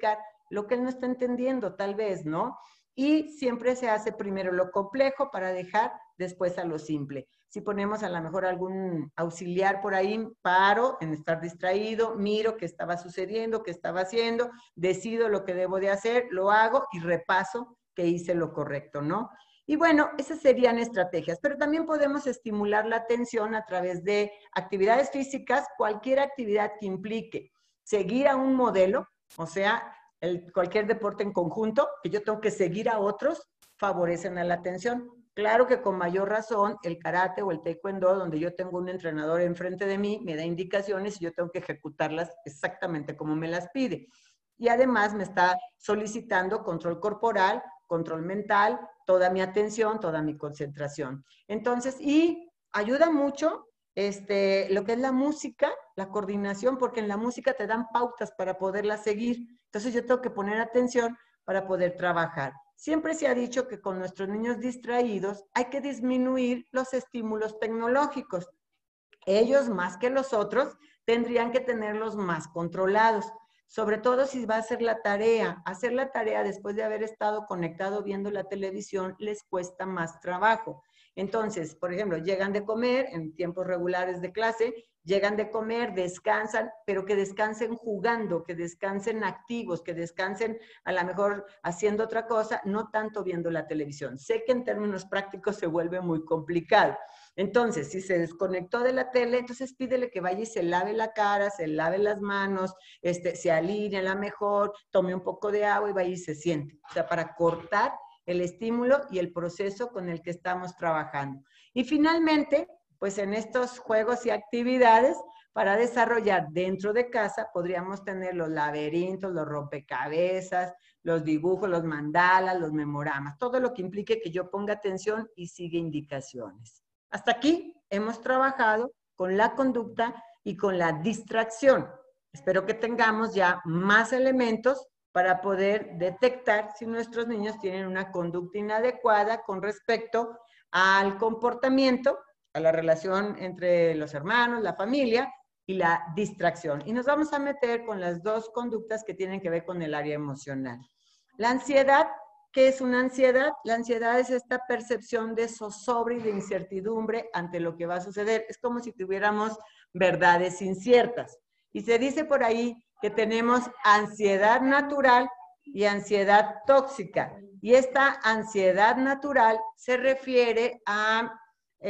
lo que él no está entendiendo, tal vez, ¿no? Y siempre se hace primero lo complejo para dejar después a lo simple. Si ponemos a lo mejor algún auxiliar por ahí, paro en estar distraído, miro qué estaba sucediendo, qué estaba haciendo, decido lo que debo de hacer, lo hago y repaso que hice lo correcto, ¿no? Y bueno, esas serían estrategias, pero también podemos estimular la atención a través de actividades físicas, cualquier actividad que implique seguir a un modelo, o sea, el, cualquier deporte en conjunto, que yo tengo que seguir a otros, favorecen a la atención. Claro que con mayor razón el karate o el taekwondo, donde yo tengo un entrenador enfrente de mí, me da indicaciones y yo tengo que ejecutarlas exactamente como me las pide. Y además me está solicitando control corporal, control mental, toda mi atención, toda mi concentración. Entonces, y ayuda mucho este, lo que es la música, la coordinación, porque en la música te dan pautas para poderla seguir. Entonces yo tengo que poner atención para poder trabajar. Siempre se ha dicho que con nuestros niños distraídos hay que disminuir los estímulos tecnológicos. Ellos, más que los otros, tendrían que tenerlos más controlados. Sobre todo si va a hacer la tarea. Hacer la tarea después de haber estado conectado viendo la televisión les cuesta más trabajo. Entonces, por ejemplo, llegan de comer en tiempos regulares de clase, llegan de comer, descansan, pero que descansen jugando, que descansen activos, que descansen a lo mejor haciendo otra cosa, no tanto viendo la televisión. Sé que en términos prácticos se vuelve muy complicado. Entonces, si se desconectó de la tele, entonces pídele que vaya y se lave la cara, se lave las manos, este, se alinee a la mejor, tome un poco de agua y vaya y se siente. O sea, para cortar el estímulo y el proceso con el que estamos trabajando. Y finalmente, pues en estos juegos y actividades, para desarrollar dentro de casa, podríamos tener los laberintos, los rompecabezas, los dibujos, los mandalas, los memoramas, todo lo que implique que yo ponga atención y siga indicaciones. Hasta aquí hemos trabajado con la conducta y con la distracción. Espero que tengamos ya más elementos para poder detectar si nuestros niños tienen una conducta inadecuada con respecto al comportamiento, a la relación entre los hermanos, la familia y la distracción. Y nos vamos a meter con las dos conductas que tienen que ver con el área emocional. La ansiedad. ¿Qué es una ansiedad? La ansiedad es esta percepción de zozobra y de incertidumbre ante lo que va a suceder. Es como si tuviéramos verdades inciertas. Y se dice por ahí que tenemos ansiedad natural y ansiedad tóxica. Y esta ansiedad natural se refiere a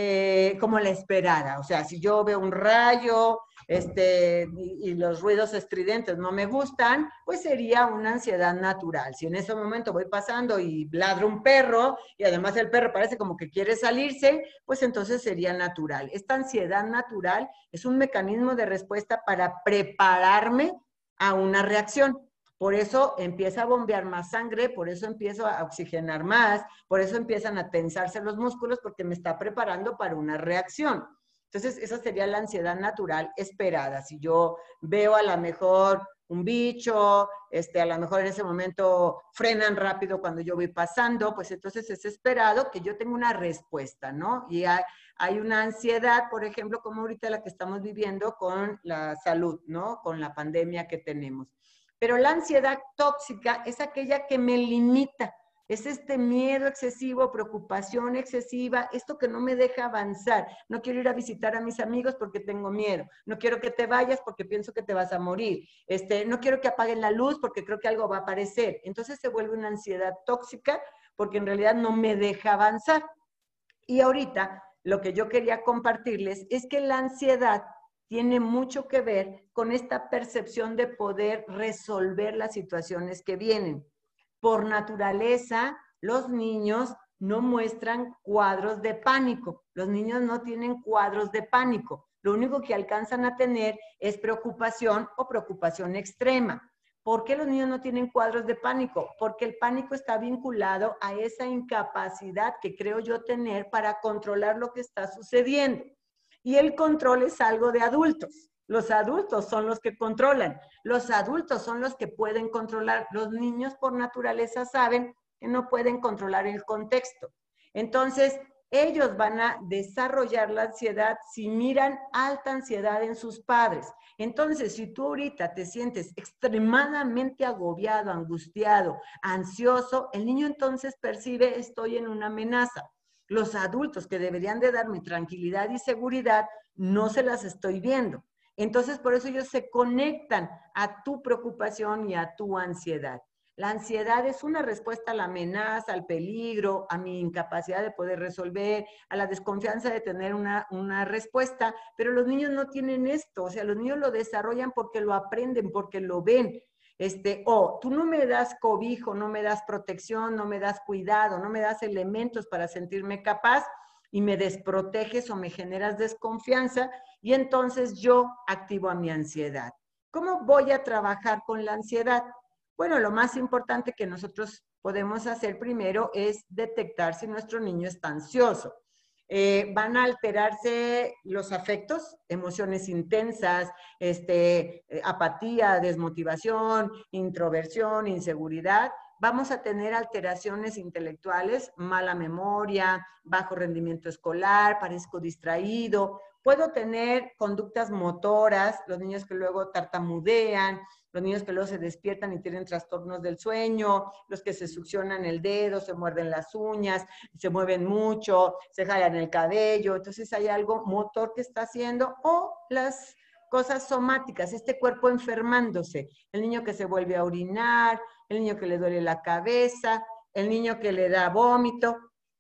eh, como la esperada. O sea, si yo veo un rayo este, y, y los ruidos estridentes no me gustan, pues sería una ansiedad natural. Si en ese momento voy pasando y ladra un perro y además el perro parece como que quiere salirse, pues entonces sería natural. Esta ansiedad natural es un mecanismo de respuesta para prepararme a una reacción. Por eso empieza a bombear más sangre, por eso empiezo a oxigenar más, por eso empiezan a tensarse los músculos, porque me está preparando para una reacción. Entonces, esa sería la ansiedad natural esperada. Si yo veo a lo mejor un bicho, este, a lo mejor en ese momento frenan rápido cuando yo voy pasando, pues entonces es esperado que yo tenga una respuesta, ¿no? Y hay, hay una ansiedad, por ejemplo, como ahorita la que estamos viviendo con la salud, ¿no? Con la pandemia que tenemos. Pero la ansiedad tóxica es aquella que me limita, es este miedo excesivo, preocupación excesiva, esto que no me deja avanzar. No quiero ir a visitar a mis amigos porque tengo miedo, no quiero que te vayas porque pienso que te vas a morir, este, no quiero que apaguen la luz porque creo que algo va a aparecer. Entonces se vuelve una ansiedad tóxica porque en realidad no me deja avanzar. Y ahorita lo que yo quería compartirles es que la ansiedad tiene mucho que ver con esta percepción de poder resolver las situaciones que vienen. Por naturaleza, los niños no muestran cuadros de pánico. Los niños no tienen cuadros de pánico. Lo único que alcanzan a tener es preocupación o preocupación extrema. ¿Por qué los niños no tienen cuadros de pánico? Porque el pánico está vinculado a esa incapacidad que creo yo tener para controlar lo que está sucediendo. Y el control es algo de adultos. Los adultos son los que controlan. Los adultos son los que pueden controlar. Los niños por naturaleza saben que no pueden controlar el contexto. Entonces, Ellos van a desarrollar la ansiedad si miran alta ansiedad en sus padres. Entonces, si tú ahorita te sientes extremadamente agobiado, angustiado, ansioso, el niño entonces percibe estoy en una amenaza. Los adultos que deberían de darme tranquilidad y seguridad, no se las estoy viendo. Entonces, por eso ellos se conectan a tu preocupación y a tu ansiedad. La ansiedad es una respuesta a la amenaza, al peligro, a mi incapacidad de poder resolver, a la desconfianza de tener una, una respuesta, pero los niños no tienen esto, o sea, los niños lo desarrollan porque lo aprenden, porque lo ven. Este, o oh, tú no me das cobijo, no me das protección, no me das cuidado, no me das elementos para sentirme capaz y me desproteges o me generas desconfianza y entonces yo activo a mi ansiedad. ¿Cómo voy a trabajar con la ansiedad? Bueno, lo más importante que nosotros podemos hacer primero es detectar si nuestro niño está ansioso. Eh, van a alterarse los afectos, emociones intensas, este, apatía, desmotivación, introversión, inseguridad. Vamos a tener alteraciones intelectuales, mala memoria, bajo rendimiento escolar, parezco distraído. Puedo tener conductas motoras, los niños que luego tartamudean, los niños que luego se despiertan y tienen trastornos del sueño, los que se succionan el dedo, se muerden las uñas, se mueven mucho, se jalan el cabello. Entonces hay algo motor que está haciendo, o las cosas somáticas, este cuerpo enfermándose, el niño que se vuelve a orinar, el niño que le duele la cabeza, el niño que le da vómito,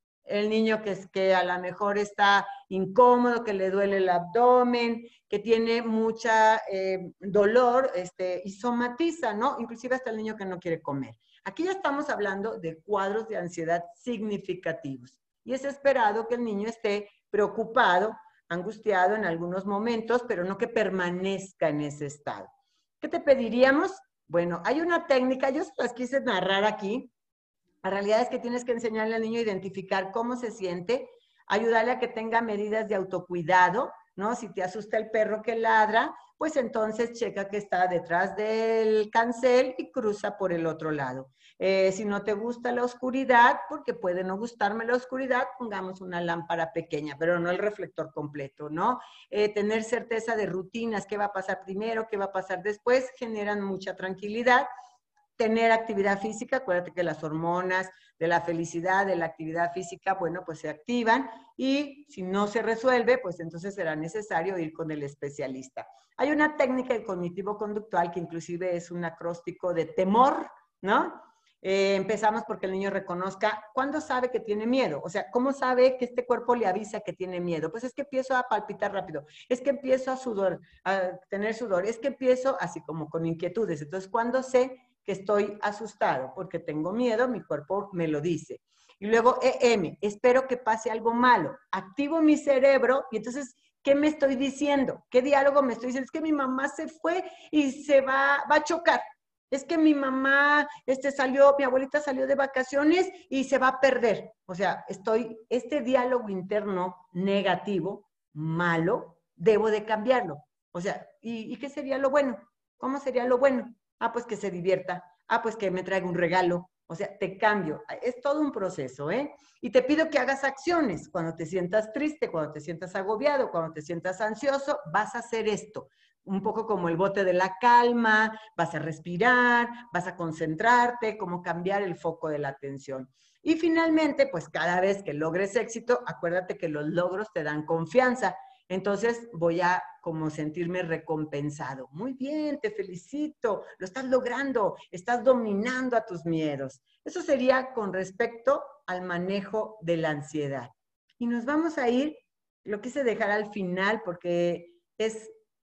el niño que, que a lo mejor está incómodo, que le duele el abdomen, que tiene mucha eh, dolor este, y somatiza, ¿no? Inclusive hasta el niño que no quiere comer. Aquí ya estamos hablando de cuadros de ansiedad significativos y es esperado que el niño esté preocupado, angustiado en algunos momentos, pero no que permanezca en ese estado. ¿Qué te pediríamos? Bueno, hay una técnica, yo se las quise narrar aquí. La realidad es que tienes que enseñarle al niño a identificar cómo se siente, ayudarle a que tenga medidas de autocuidado, ¿no? Si te asusta el perro que ladra, pues entonces checa que está detrás del cancel y cruza por el otro lado. Eh, si no te gusta la oscuridad, porque puede no gustarme la oscuridad, pongamos una lámpara pequeña, pero no el reflector completo, ¿no? Eh, tener certeza de rutinas, qué va a pasar primero, qué va a pasar después, generan mucha tranquilidad. Tener actividad física, acuérdate que las hormonas de la felicidad, de la actividad física, bueno, pues se activan y si no se resuelve, pues entonces será necesario ir con el especialista. Hay una técnica del cognitivo-conductual que inclusive es un acróstico de temor, ¿no? Eh, empezamos porque el niño reconozca cuándo sabe que tiene miedo, o sea, ¿cómo sabe que este cuerpo le avisa que tiene miedo? Pues es que empiezo a palpitar rápido, es que empiezo a sudor, a tener sudor, es que empiezo así como con inquietudes. Entonces, ¿cuándo sé que estoy asustado? Porque tengo miedo, mi cuerpo me lo dice. Y luego E M, espero que pase algo malo. Activo mi cerebro y entonces, ¿qué me estoy diciendo? ¿Qué diálogo me estoy diciendo? Es que mi mamá se fue y se va, va a chocar. Es que mi mamá este, salió, mi abuelita salió de vacaciones y se va a perder. O sea, estoy, este diálogo interno negativo, malo, debo de cambiarlo. O sea, ¿y, ¿y qué sería lo bueno? ¿Cómo sería lo bueno? Ah, pues que se divierta. Ah, pues que me traiga un regalo. O sea, te cambio. Es todo un proceso, ¿eh? Y te pido que hagas acciones. Cuando te sientas triste, cuando te sientas agobiado, cuando te sientas ansioso, vas a hacer esto. Un poco como el bote de la calma, vas a respirar, vas a concentrarte, cómo cambiar el foco de la atención. Y finalmente, pues cada vez que logres éxito, acuérdate que los logros te dan confianza. Entonces voy a como sentirme recompensado. Muy bien, te felicito, lo estás logrando, estás dominando a tus miedos. Eso sería con respecto al manejo de la ansiedad. Y nos vamos a ir, lo quise dejar al final porque es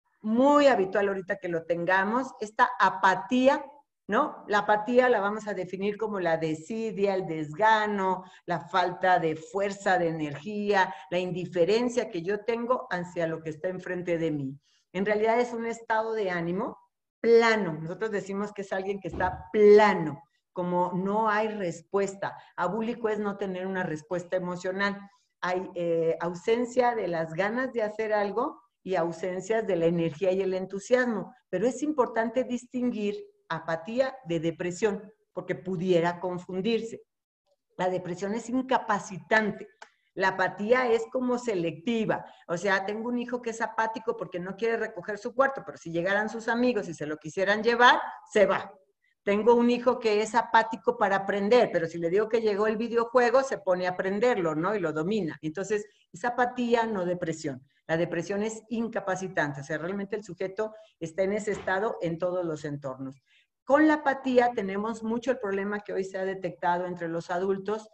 muy habitual ahorita que lo tengamos, esta apatía, ¿no? La apatía la vamos a definir como la desidia, el desgano, la falta de fuerza, de energía, la indiferencia que yo tengo hacia lo que está enfrente de mí. En realidad es un estado de ánimo plano. Nosotros decimos que es alguien que está plano, como no hay respuesta. Abúlico es no tener una respuesta emocional. Hay eh, ausencia de las ganas de hacer algo y ausencias de la energía y el entusiasmo. Pero es importante distinguir apatía de depresión, porque pudiera confundirse. La depresión es incapacitante. La apatía es como selectiva. O sea, tengo un hijo que es apático porque no quiere recoger su cuarto, pero si llegaran sus amigos y se lo quisieran llevar, se va. Tengo un hijo que es apático para aprender, pero si le digo que llegó el videojuego, se pone a aprenderlo, ¿no? Y lo domina. Entonces, es apatía, no depresión. La depresión es incapacitante. O sea, realmente el sujeto está en ese estado en todos los entornos. Con la apatía tenemos mucho el problema que hoy se ha detectado entre los adultos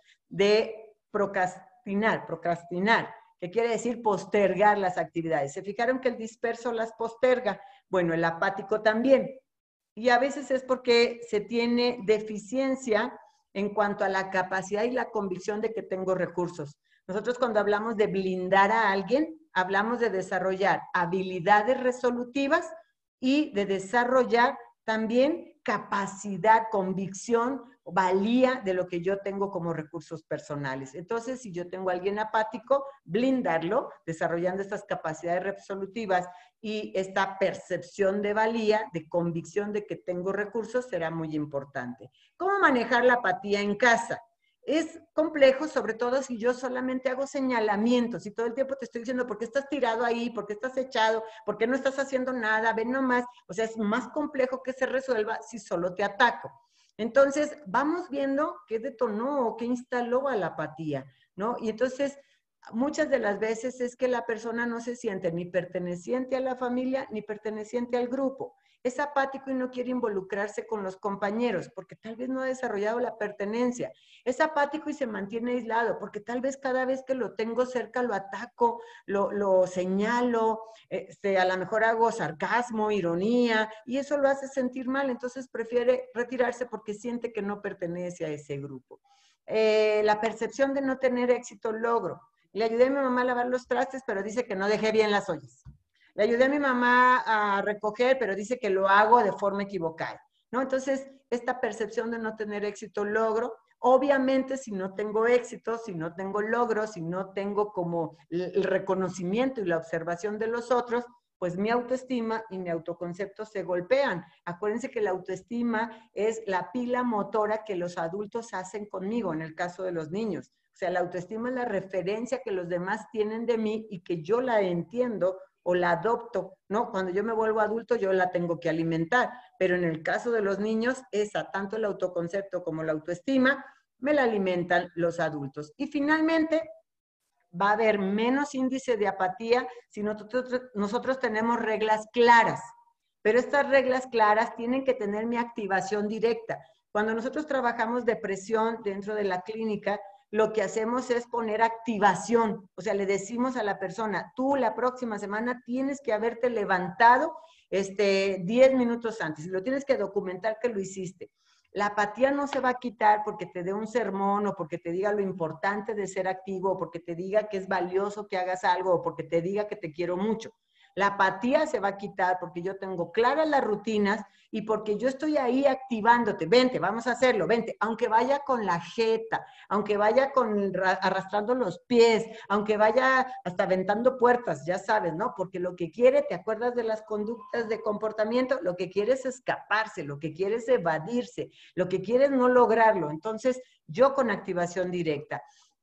de procrastinar, procrastinar, que quiere decir postergar las actividades. ¿Se fijaron que el disperso las posterga? Bueno, el apático también. Y a veces es porque se tiene deficiencia en cuanto a la capacidad y la convicción de que tengo recursos. Nosotros cuando hablamos de blindar a alguien, hablamos de desarrollar habilidades resolutivas y de desarrollar también capacidad, convicción, valía de lo que yo tengo como recursos personales. Entonces, si yo tengo a alguien apático, blindarlo, desarrollando estas capacidades resolutivas y esta percepción de valía, de convicción de que tengo recursos, será muy importante. ¿Cómo manejar la apatía en casa? Es complejo, sobre todo si yo solamente hago señalamientos y todo el tiempo te estoy diciendo por qué estás tirado ahí, por qué estás echado, por qué no estás haciendo nada, ven nomás. O sea, es más complejo que se resuelva si solo te ataco. Entonces, vamos viendo qué detonó o qué instaló a la apatía, ¿no? Y entonces, muchas de las veces es que la persona no se siente ni perteneciente a la familia ni perteneciente al grupo. Es apático y no quiere involucrarse con los compañeros porque tal vez no ha desarrollado la pertenencia. Es apático y se mantiene aislado porque tal vez cada vez que lo tengo cerca lo ataco, lo, lo señalo, este, a lo mejor hago sarcasmo, ironía y eso lo hace sentir mal. Entonces prefiere retirarse porque siente que no pertenece a ese grupo. Eh, la percepción de no tener éxito, logro. Le ayudé a mi mamá a lavar los trastes, pero dice que no dejé bien las ollas. Le ayudé a mi mamá a recoger, pero dice que lo hago de forma equivocada, ¿no? Entonces, esta percepción de no tener éxito, logro, obviamente si no tengo éxito, si no tengo logro, si no tengo como el reconocimiento y la observación de los otros, pues mi autoestima y mi autoconcepto se golpean. Acuérdense que la autoestima es la pila motora que los adultos hacen conmigo, en el caso de los niños. O sea, la autoestima es la referencia que los demás tienen de mí y que yo la entiendo o la adopto, ¿no? Cuando yo me vuelvo adulto, yo la tengo que alimentar, pero en el caso de los niños, esa, tanto el autoconcepto como la autoestima, me la alimentan los adultos. Y finalmente, va a haber menos índice de apatía si nosotros, nosotros tenemos reglas claras, pero estas reglas claras tienen que tener mi activación directa. Cuando nosotros trabajamos depresión dentro de la clínica, lo que hacemos es poner activación. O sea, le decimos a la persona, tú la próxima semana tienes que haberte levantado este, diez minutos antes y lo tienes que documentar que lo hiciste. La apatía no se va a quitar porque te dé un sermón o porque te diga lo importante de ser activo o porque te diga que es valioso que hagas algo o porque te diga que te quiero mucho. La apatía se va a quitar porque yo tengo claras las rutinas y porque yo estoy ahí activándote. Vente, vamos a hacerlo, vente. Aunque vaya con la jeta, aunque vaya con, arrastrando los pies, aunque vaya hasta aventando puertas, ya sabes, ¿no? Porque lo que quiere, ¿te acuerdas de las conductas de comportamiento? Lo que quiere es escaparse, lo que quiere es evadirse, lo que quiere es no lograrlo. Entonces, yo con activación directa.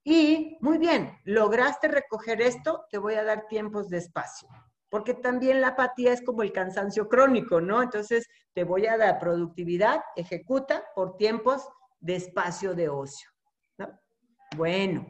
Y, muy bien, lograste recoger esto, te voy a dar tiempos de espacio. Porque también la apatía es como el cansancio crónico, ¿no? Entonces, te voy a dar productividad, ejecuta por tiempos de espacio de ocio, ¿no? Bueno,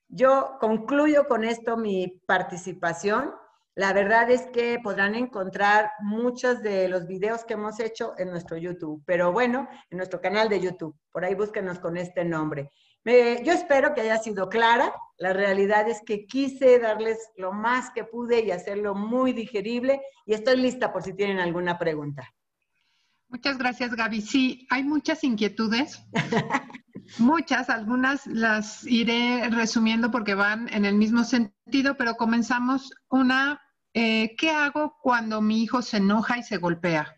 yo concluyo con esto mi participación. La verdad es que podrán encontrar muchos de los videos que hemos hecho en nuestro YouTube, pero bueno, en nuestro canal de YouTube. Por ahí búsquenos con este nombre. Me, yo espero que haya sido clara. La realidad es que quise darles lo más que pude y hacerlo muy digerible y estoy lista por si tienen alguna pregunta. Muchas gracias, Gaby. Sí, hay muchas inquietudes. Muchas, algunas las iré resumiendo porque van en el mismo sentido, pero comenzamos una, eh, ¿qué hago cuando mi hijo se enoja y se golpea?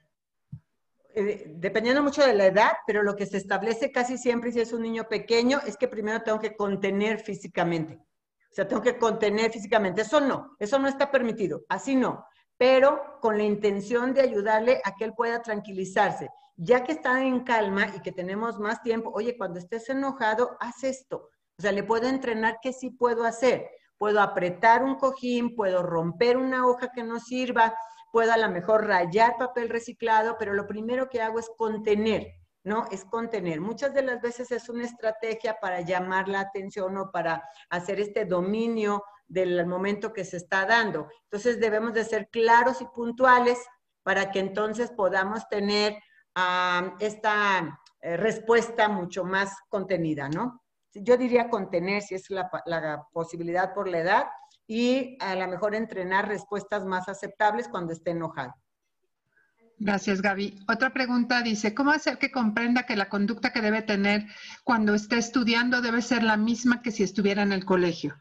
Eh, dependiendo mucho de la edad, pero lo que se establece casi siempre si es un niño pequeño es que primero tengo que contener físicamente. O sea, tengo que contener físicamente. Eso no, eso no está permitido, así no. Pero con la intención de ayudarle a que él pueda tranquilizarse. Ya que está en calma y que tenemos más tiempo, oye, cuando estés enojado, haz esto. O sea, le puedo entrenar qué sí puedo hacer. Puedo apretar un cojín, puedo romper una hoja que no sirva, puedo a lo mejor rayar papel reciclado, pero lo primero que hago es contener, ¿no? Es contener. Muchas de las veces es una estrategia para llamar la atención o para hacer este dominio del momento que se está dando. Entonces debemos de ser claros y puntuales para que entonces podamos tener uh, esta eh, respuesta mucho más contenida, ¿no? Yo diría contener, si es la, la posibilidad por la edad, y a lo mejor entrenar respuestas más aceptables cuando esté enojado. Gracias, Gaby. Otra pregunta dice, ¿cómo hacer que comprenda que la conducta que debe tener cuando esté estudiando debe ser la misma que si estuviera en el colegio?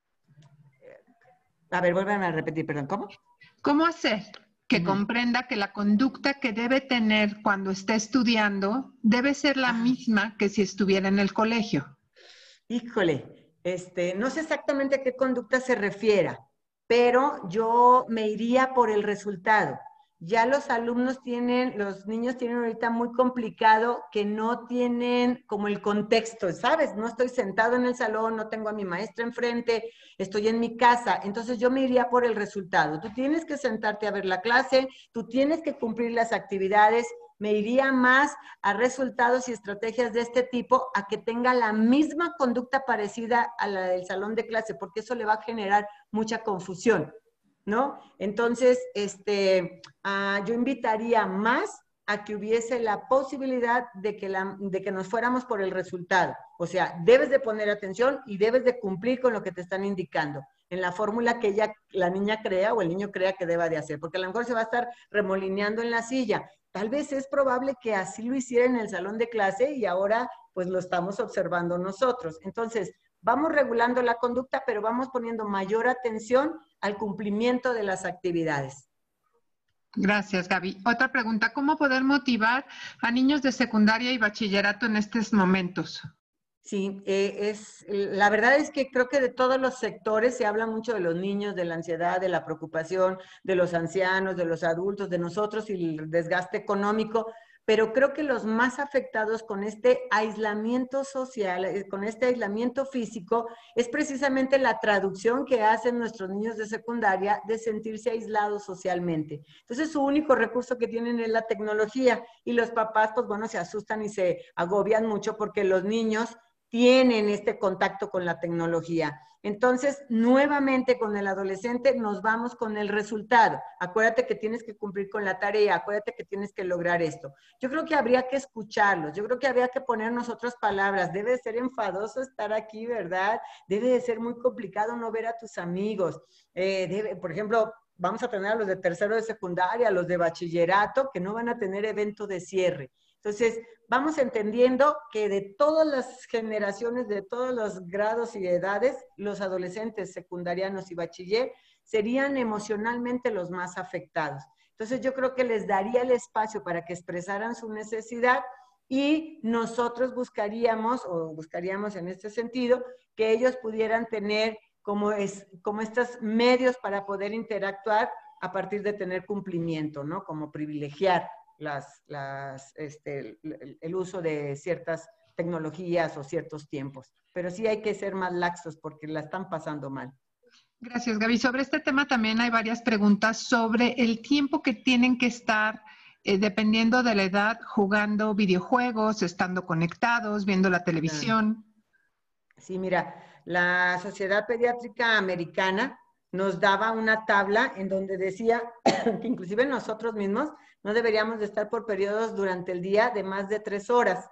A ver, vuélveme a repetir, perdón, ¿cómo? ¿Cómo hacer que Uh-huh. comprenda que la conducta que debe tener cuando esté estudiando debe ser la ah. misma que si estuviera en el colegio? Híjole, este, no sé exactamente a qué conducta se refiera, pero yo me iría por el resultado. Ya los alumnos tienen, los niños tienen ahorita muy complicado que no tienen como el contexto, ¿sabes? No estoy sentado en el salón, no tengo a mi maestra enfrente, estoy en mi casa, entonces yo me iría por el resultado. Tú tienes que sentarte a ver la clase, tú tienes que cumplir las actividades. Me iría más a resultados y estrategias de este tipo a que tenga la misma conducta parecida a la del salón de clase, porque eso le va a generar mucha confusión, ¿no? Entonces, este, uh, yo invitaría más a que hubiese la posibilidad de que, la, de que nos fuéramos por el resultado. O sea, debes de poner atención y debes de cumplir con lo que te están indicando en la fórmula que ella, la niña crea o el niño crea que deba de hacer, porque a lo mejor se va a estar remolineando en la silla. Tal vez es probable que así lo hiciera en el salón de clase y ahora pues lo estamos observando nosotros. Entonces, vamos regulando la conducta, pero vamos poniendo mayor atención al cumplimiento de las actividades. Gracias, Gaby. Otra pregunta, ¿cómo poder motivar a niños de secundaria y bachillerato en estos momentos? Sí, eh, es, la verdad es que creo que de todos los sectores se habla mucho de los niños, de la ansiedad, de la preocupación, de los ancianos, de los adultos, de nosotros y el desgaste económico, pero creo que los más afectados con este aislamiento social, con este aislamiento físico, es precisamente la traducción que hacen nuestros niños de secundaria de sentirse aislados socialmente. Entonces, su único recurso que tienen es la tecnología y los papás, pues bueno, se asustan y se agobian mucho porque los niños tienen este contacto con la tecnología. Entonces, nuevamente con el adolescente nos vamos con el resultado. Acuérdate que tienes que cumplir con la tarea, acuérdate que tienes que lograr esto. Yo creo que habría que escucharlos, yo creo que habría que ponernos otras palabras. Debe de ser enfadoso estar aquí, ¿verdad? Debe de ser muy complicado no ver a tus amigos. Eh, debe, por ejemplo, vamos a tener a los de tercero de secundaria, a los de bachillerato, que no van a tener evento de cierre. Entonces, vamos entendiendo que de todas las generaciones, de todos los grados y edades, los adolescentes secundarianos y bachiller serían emocionalmente los más afectados. Entonces, yo creo que les daría el espacio para que expresaran su necesidad y nosotros buscaríamos, o buscaríamos en este sentido, que ellos pudieran tener como, es, como estos medios para poder interactuar a partir de tener cumplimiento, ¿no? Como privilegiar Las, las, este, el, el uso de ciertas tecnologías o ciertos tiempos. Pero sí hay que ser más laxos porque la están pasando mal. Gracias, Gaby. Sobre este tema también hay varias preguntas sobre el tiempo que tienen que estar, eh, dependiendo de la edad, jugando videojuegos, estando conectados, viendo la televisión. Sí, mira, la Sociedad Pediátrica Americana nos daba una tabla en donde decía que inclusive nosotros mismos no deberíamos de estar por periodos durante el día de más de tres horas.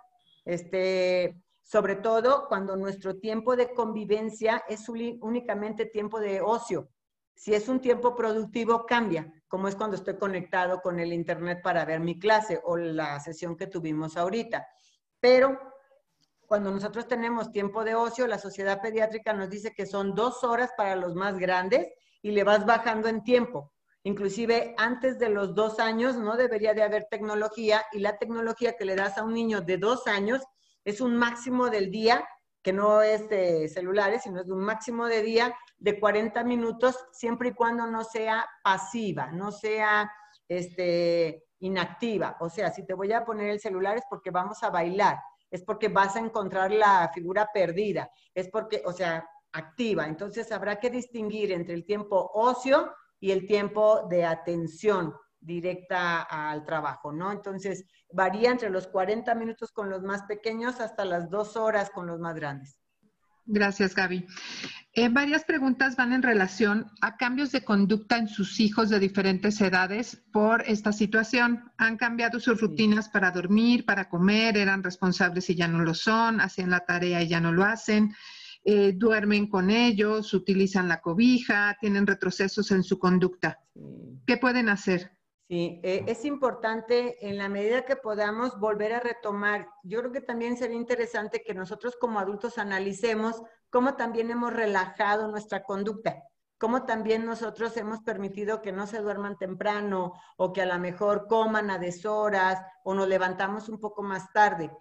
Este, sobre todo cuando nuestro tiempo de convivencia es únicamente tiempo de ocio. Si es un tiempo productivo, cambia, como es cuando estoy conectado con el internet para ver mi clase o la sesión que tuvimos ahorita. Pero cuando nosotros tenemos tiempo de ocio, la Sociedad Pediátrica nos dice que son dos horas para los más grandes y le vas bajando en tiempo. Inclusive antes de los dos años no debería de haber tecnología y la tecnología que le das a un niño de dos años es un máximo del día, que no es de celulares, sino es de un máximo de día de cuarenta minutos, siempre y cuando no sea pasiva, no sea este, inactiva. O sea, si te voy a poner el celular es porque vamos a bailar. es porque vas a encontrar la figura perdida, es porque, o sea, activa. Entonces habrá que distinguir entre el tiempo ocio y el tiempo de atención directa al trabajo, ¿no? Entonces varía entre los cuarenta minutos con los más pequeños hasta las dos horas con los más grandes. Gracias, Gaby. Eh, varias preguntas van en relación a cambios de conducta en sus hijos de diferentes edades por esta situación. Han cambiado sus rutinas para dormir, para comer, eran responsables y ya no lo son, hacían la tarea y ya no lo hacen, eh, duermen con ellos, utilizan la cobija, tienen retrocesos en su conducta. Sí. ¿Qué pueden hacer? Sí, eh, es importante en la medida que podamos volver a retomar. Yo creo que también sería interesante que nosotros como adultos analicemos cómo también hemos relajado nuestra conducta, cómo también nosotros hemos permitido que no se duerman temprano o que a lo mejor coman a deshoras o nos levantamos un poco más tarde.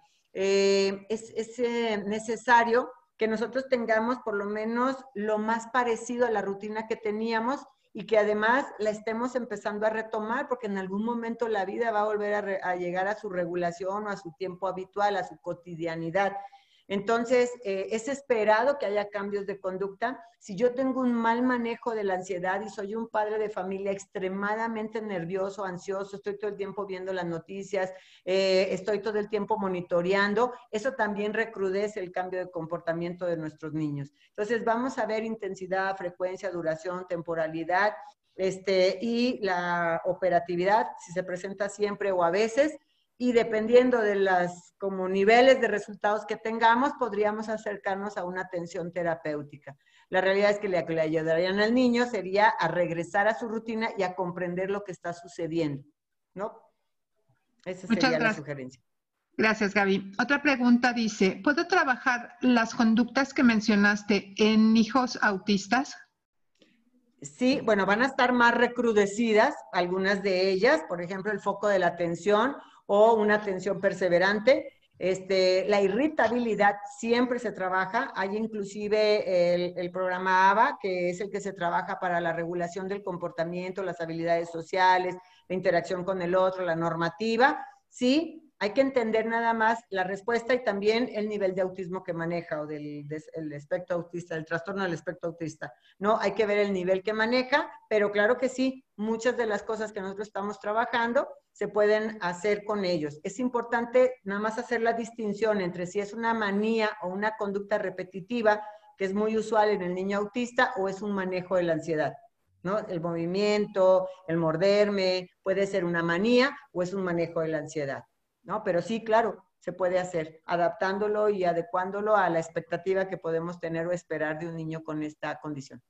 Eh, es es eh, necesario que nosotros tengamos por lo menos lo más parecido a la rutina que teníamos y que además la estemos empezando a retomar, porque en algún momento la vida va a volver a, re, a llegar a su regulación o a su tiempo habitual, a su cotidianidad. Entonces, eh, es esperado que haya cambios de conducta. Si yo tengo un mal manejo de la ansiedad y soy un padre de familia extremadamente nervioso, ansioso, estoy todo el tiempo viendo las noticias, eh, estoy todo el tiempo monitoreando, eso también recrudece el cambio de comportamiento de nuestros niños. Entonces, vamos a ver intensidad, frecuencia, duración, temporalidad, este, y la operatividad, si se presenta siempre o a veces, y dependiendo de los como niveles de resultados que tengamos, podríamos acercarnos a una atención terapéutica. La realidad es que lo que le ayudarían al niño sería a regresar a su rutina y a comprender lo que está sucediendo, ¿no? Esa sería Muchas la gracias. sugerencia. Gracias, Gaby. Otra pregunta dice, ¿puedo trabajar las conductas que mencionaste en hijos autistas? Sí, bueno, van a estar más recrudecidas algunas de ellas, por ejemplo, el foco de la atención o una atención perseverante. Este, la irritabilidad siempre se trabaja. Hay inclusive el, el programa A B A, que es el que se trabaja para la regulación del comportamiento, las habilidades sociales, la interacción con el otro, la normativa. Sí, hay que entender nada más la respuesta y también el nivel de autismo que maneja o del, del espectro autista, el trastorno del espectro autista. No, hay que ver el nivel que maneja, pero claro que sí, muchas de las cosas que nosotros estamos trabajando se pueden hacer con ellos. Es importante nada más hacer la distinción entre si es una manía o una conducta repetitiva, que es muy usual en el niño autista, o es un manejo de la ansiedad, ¿no? El movimiento, el morderme, puede ser una manía o es un manejo de la ansiedad, ¿no? Pero sí, claro, se puede hacer, adaptándolo y adecuándolo a la expectativa que podemos tener o esperar de un niño con esta condición.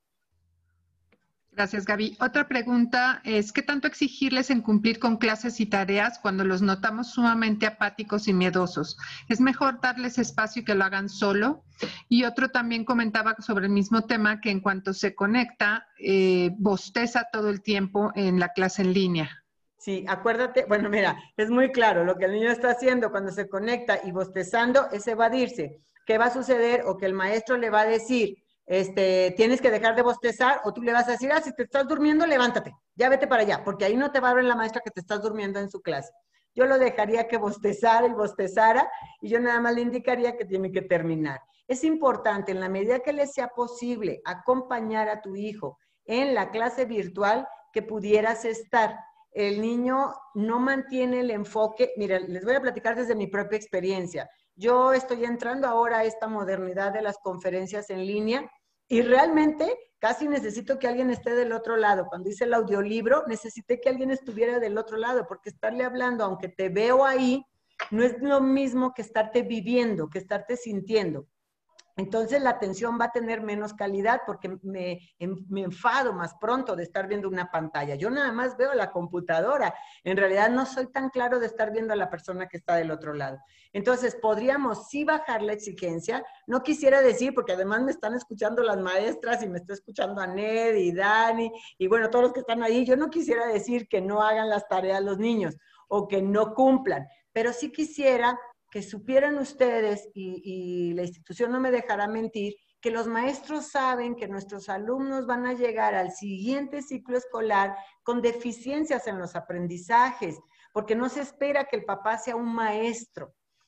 Gracias, Gaby. Otra pregunta es, ¿qué tanto exigirles en cumplir con clases y tareas cuando los notamos sumamente apáticos y miedosos? ¿Es mejor darles espacio y que lo hagan solo? Y otro también comentaba sobre el mismo tema, que en cuanto se conecta, eh, bosteza todo el tiempo en la clase en línea. Sí, acuérdate, bueno, mira, es muy claro, lo que el niño está haciendo cuando se conecta y bostezando es evadirse. ¿Qué va a suceder? O que el maestro le va a decir, este, tienes que dejar de bostezar, o tú le vas a decir, ah, si te estás durmiendo, levántate, ya vete para allá, porque ahí no te va a ver la maestra que te estás durmiendo en su clase. Yo lo dejaría que bostezara y bostezara, y yo nada más le indicaría que tiene que terminar. Es importante, en la medida que le sea posible, acompañar a tu hijo en la clase virtual que pudieras estar. El niño no mantiene el enfoque. Mira, les voy a platicar desde mi propia experiencia. Yo estoy entrando ahora a esta modernidad de las conferencias en línea y realmente casi necesito que alguien esté del otro lado. Cuando hice el audiolibro, necesité que alguien estuviera del otro lado, porque estarle hablando, aunque te veo ahí, no es lo mismo que estarte viviendo, que estarte sintiendo. Entonces la atención va a tener menos calidad porque me, me enfado más pronto de estar viendo una pantalla. Yo nada más veo la computadora. En realidad no soy tan claro de estar viendo a la persona que está del otro lado. Entonces podríamos sí bajar la exigencia. No quisiera decir, porque además me están escuchando las maestras y me está escuchando a Ned y Dani y bueno, todos los que están ahí. Yo no quisiera decir que no hagan las tareas los niños o que no cumplan, pero sí quisiera que supieran ustedes, y, y la institución no me dejará mentir, que los maestros saben que nuestros alumnos van a llegar al siguiente ciclo escolar con deficiencias en los aprendizajes, porque no se espera que el papá sea un maestro.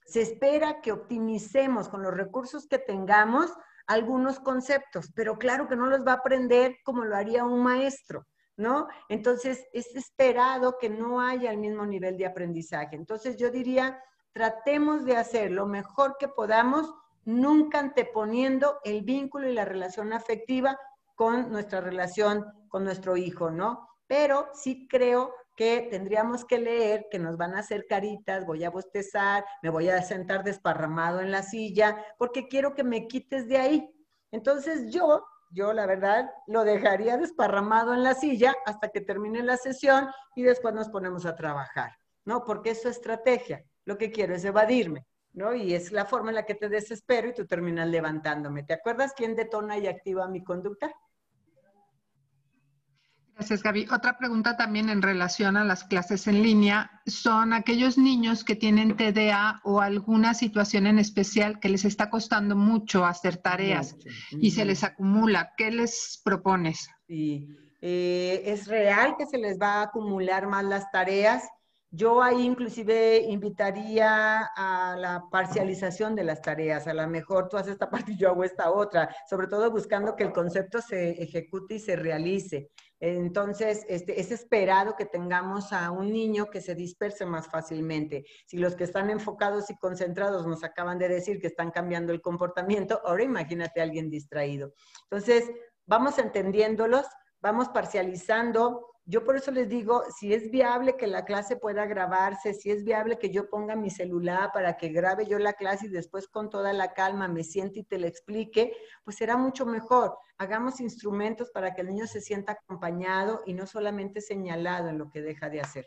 Se espera que optimicemos con los recursos que tengamos algunos conceptos, pero claro que no los va a aprender como lo haría un maestro, ¿no? Entonces, es esperado que no haya el mismo nivel de aprendizaje. Entonces, yo diría, tratemos de hacer lo mejor que podamos, nunca anteponiendo el vínculo y la relación afectiva con nuestra relación con nuestro hijo, ¿no? Pero sí creo que tendríamos que leer que nos van a hacer caritas, voy a bostezar, me voy a sentar desparramado en la silla, porque quiero que me quites de ahí. Entonces yo, yo la verdad, lo dejaría desparramado en la silla hasta que termine la sesión y después nos ponemos a trabajar, ¿no? Porque es su estrategia. Lo que quiero es evadirme, ¿no? Y es la forma en la que te desespero y tú terminas levantándome. ¿Te acuerdas quién detona y activa mi conducta? Gracias, Gaby. Otra pregunta también en relación a las clases en línea son aquellos niños que tienen T D A o alguna situación en especial que les está costando mucho hacer tareas mucho. y se les acumula. ¿Qué les propones? Sí, eh, es real que se les va a acumular más las tareas. Yo ahí inclusive invitaría a la parcialización de las tareas. A lo mejor tú haces esta parte y yo hago esta otra, sobre todo buscando que el concepto se ejecute y se realice. Entonces, este, es esperado que tengamos a un niño que se disperse más fácilmente. Si los que están enfocados y concentrados nos acaban de decir que están cambiando el comportamiento, ahora imagínate a alguien distraído. Entonces, vamos entendiéndolos, vamos parcializando. Yo por eso les digo, si es viable que la clase pueda grabarse, si es viable que yo ponga mi celular para que grabe yo la clase y después con toda la calma me siente y te lo explique, pues será mucho mejor. Hagamos instrumentos para que el niño se sienta acompañado y no solamente señalado en lo que deja de hacer.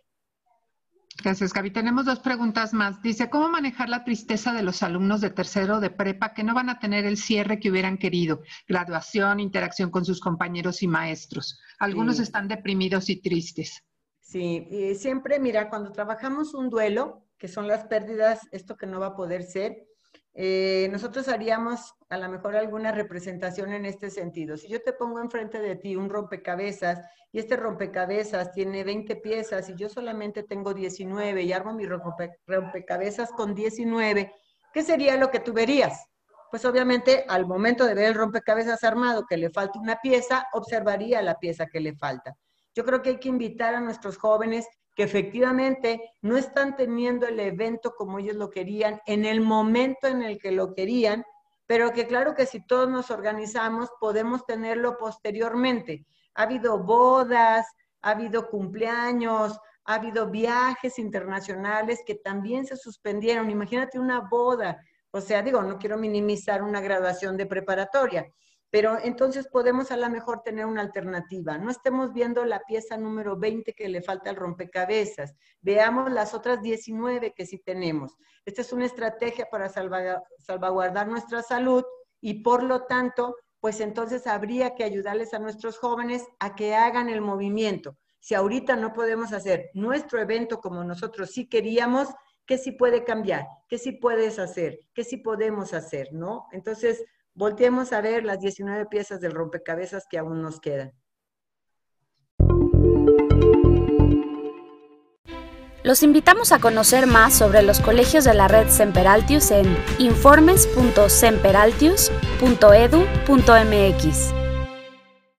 Gracias, Gaby. Tenemos dos preguntas más. Dice, ¿cómo manejar la tristeza de los alumnos de tercero de prepa que no van a tener el cierre que hubieran querido? Graduación, interacción con sus compañeros y maestros. Algunos sí. están deprimidos y tristes. Sí, y siempre, mira, cuando trabajamos un duelo, que son las pérdidas, esto que no va a poder ser, eh, nosotros haríamos a lo mejor alguna representación en este sentido. Si yo te pongo enfrente de ti un rompecabezas y este rompecabezas tiene veinte piezas y yo solamente tengo diecinueve y armo mi rompe, rompecabezas con diecinueve, ¿qué sería lo que tú verías? Pues obviamente al momento de ver el rompecabezas armado que le falta una pieza, observaría la pieza que le falta. Yo creo que hay que invitar a nuestros jóvenes que efectivamente no están teniendo el evento como ellos lo querían, en el momento en el que lo querían, pero que claro que si todos nos organizamos podemos tenerlo posteriormente. Ha habido bodas, ha habido cumpleaños, ha habido viajes internacionales que también se suspendieron. Imagínate una boda, o sea, digo, no quiero minimizar una graduación de preparatoria, pero entonces podemos a lo mejor tener una alternativa. No estemos viendo la pieza número veinte que le falta al rompecabezas. Veamos las otras diecinueve que sí tenemos. Esta es una estrategia para salvaguardar nuestra salud y por lo tanto, pues entonces habría que ayudarles a nuestros jóvenes a que hagan el movimiento. Si ahorita no podemos hacer nuestro evento como nosotros sí queríamos, ¿qué sí puede cambiar? ¿Qué sí puedes hacer? ¿Qué sí podemos hacer? ¿No? Entonces, volteemos a ver las diecinueve piezas del rompecabezas que aún nos quedan. Los invitamos a conocer más sobre los colegios de la red Semperaltius en informes punto semperaltius punto edu punto mx.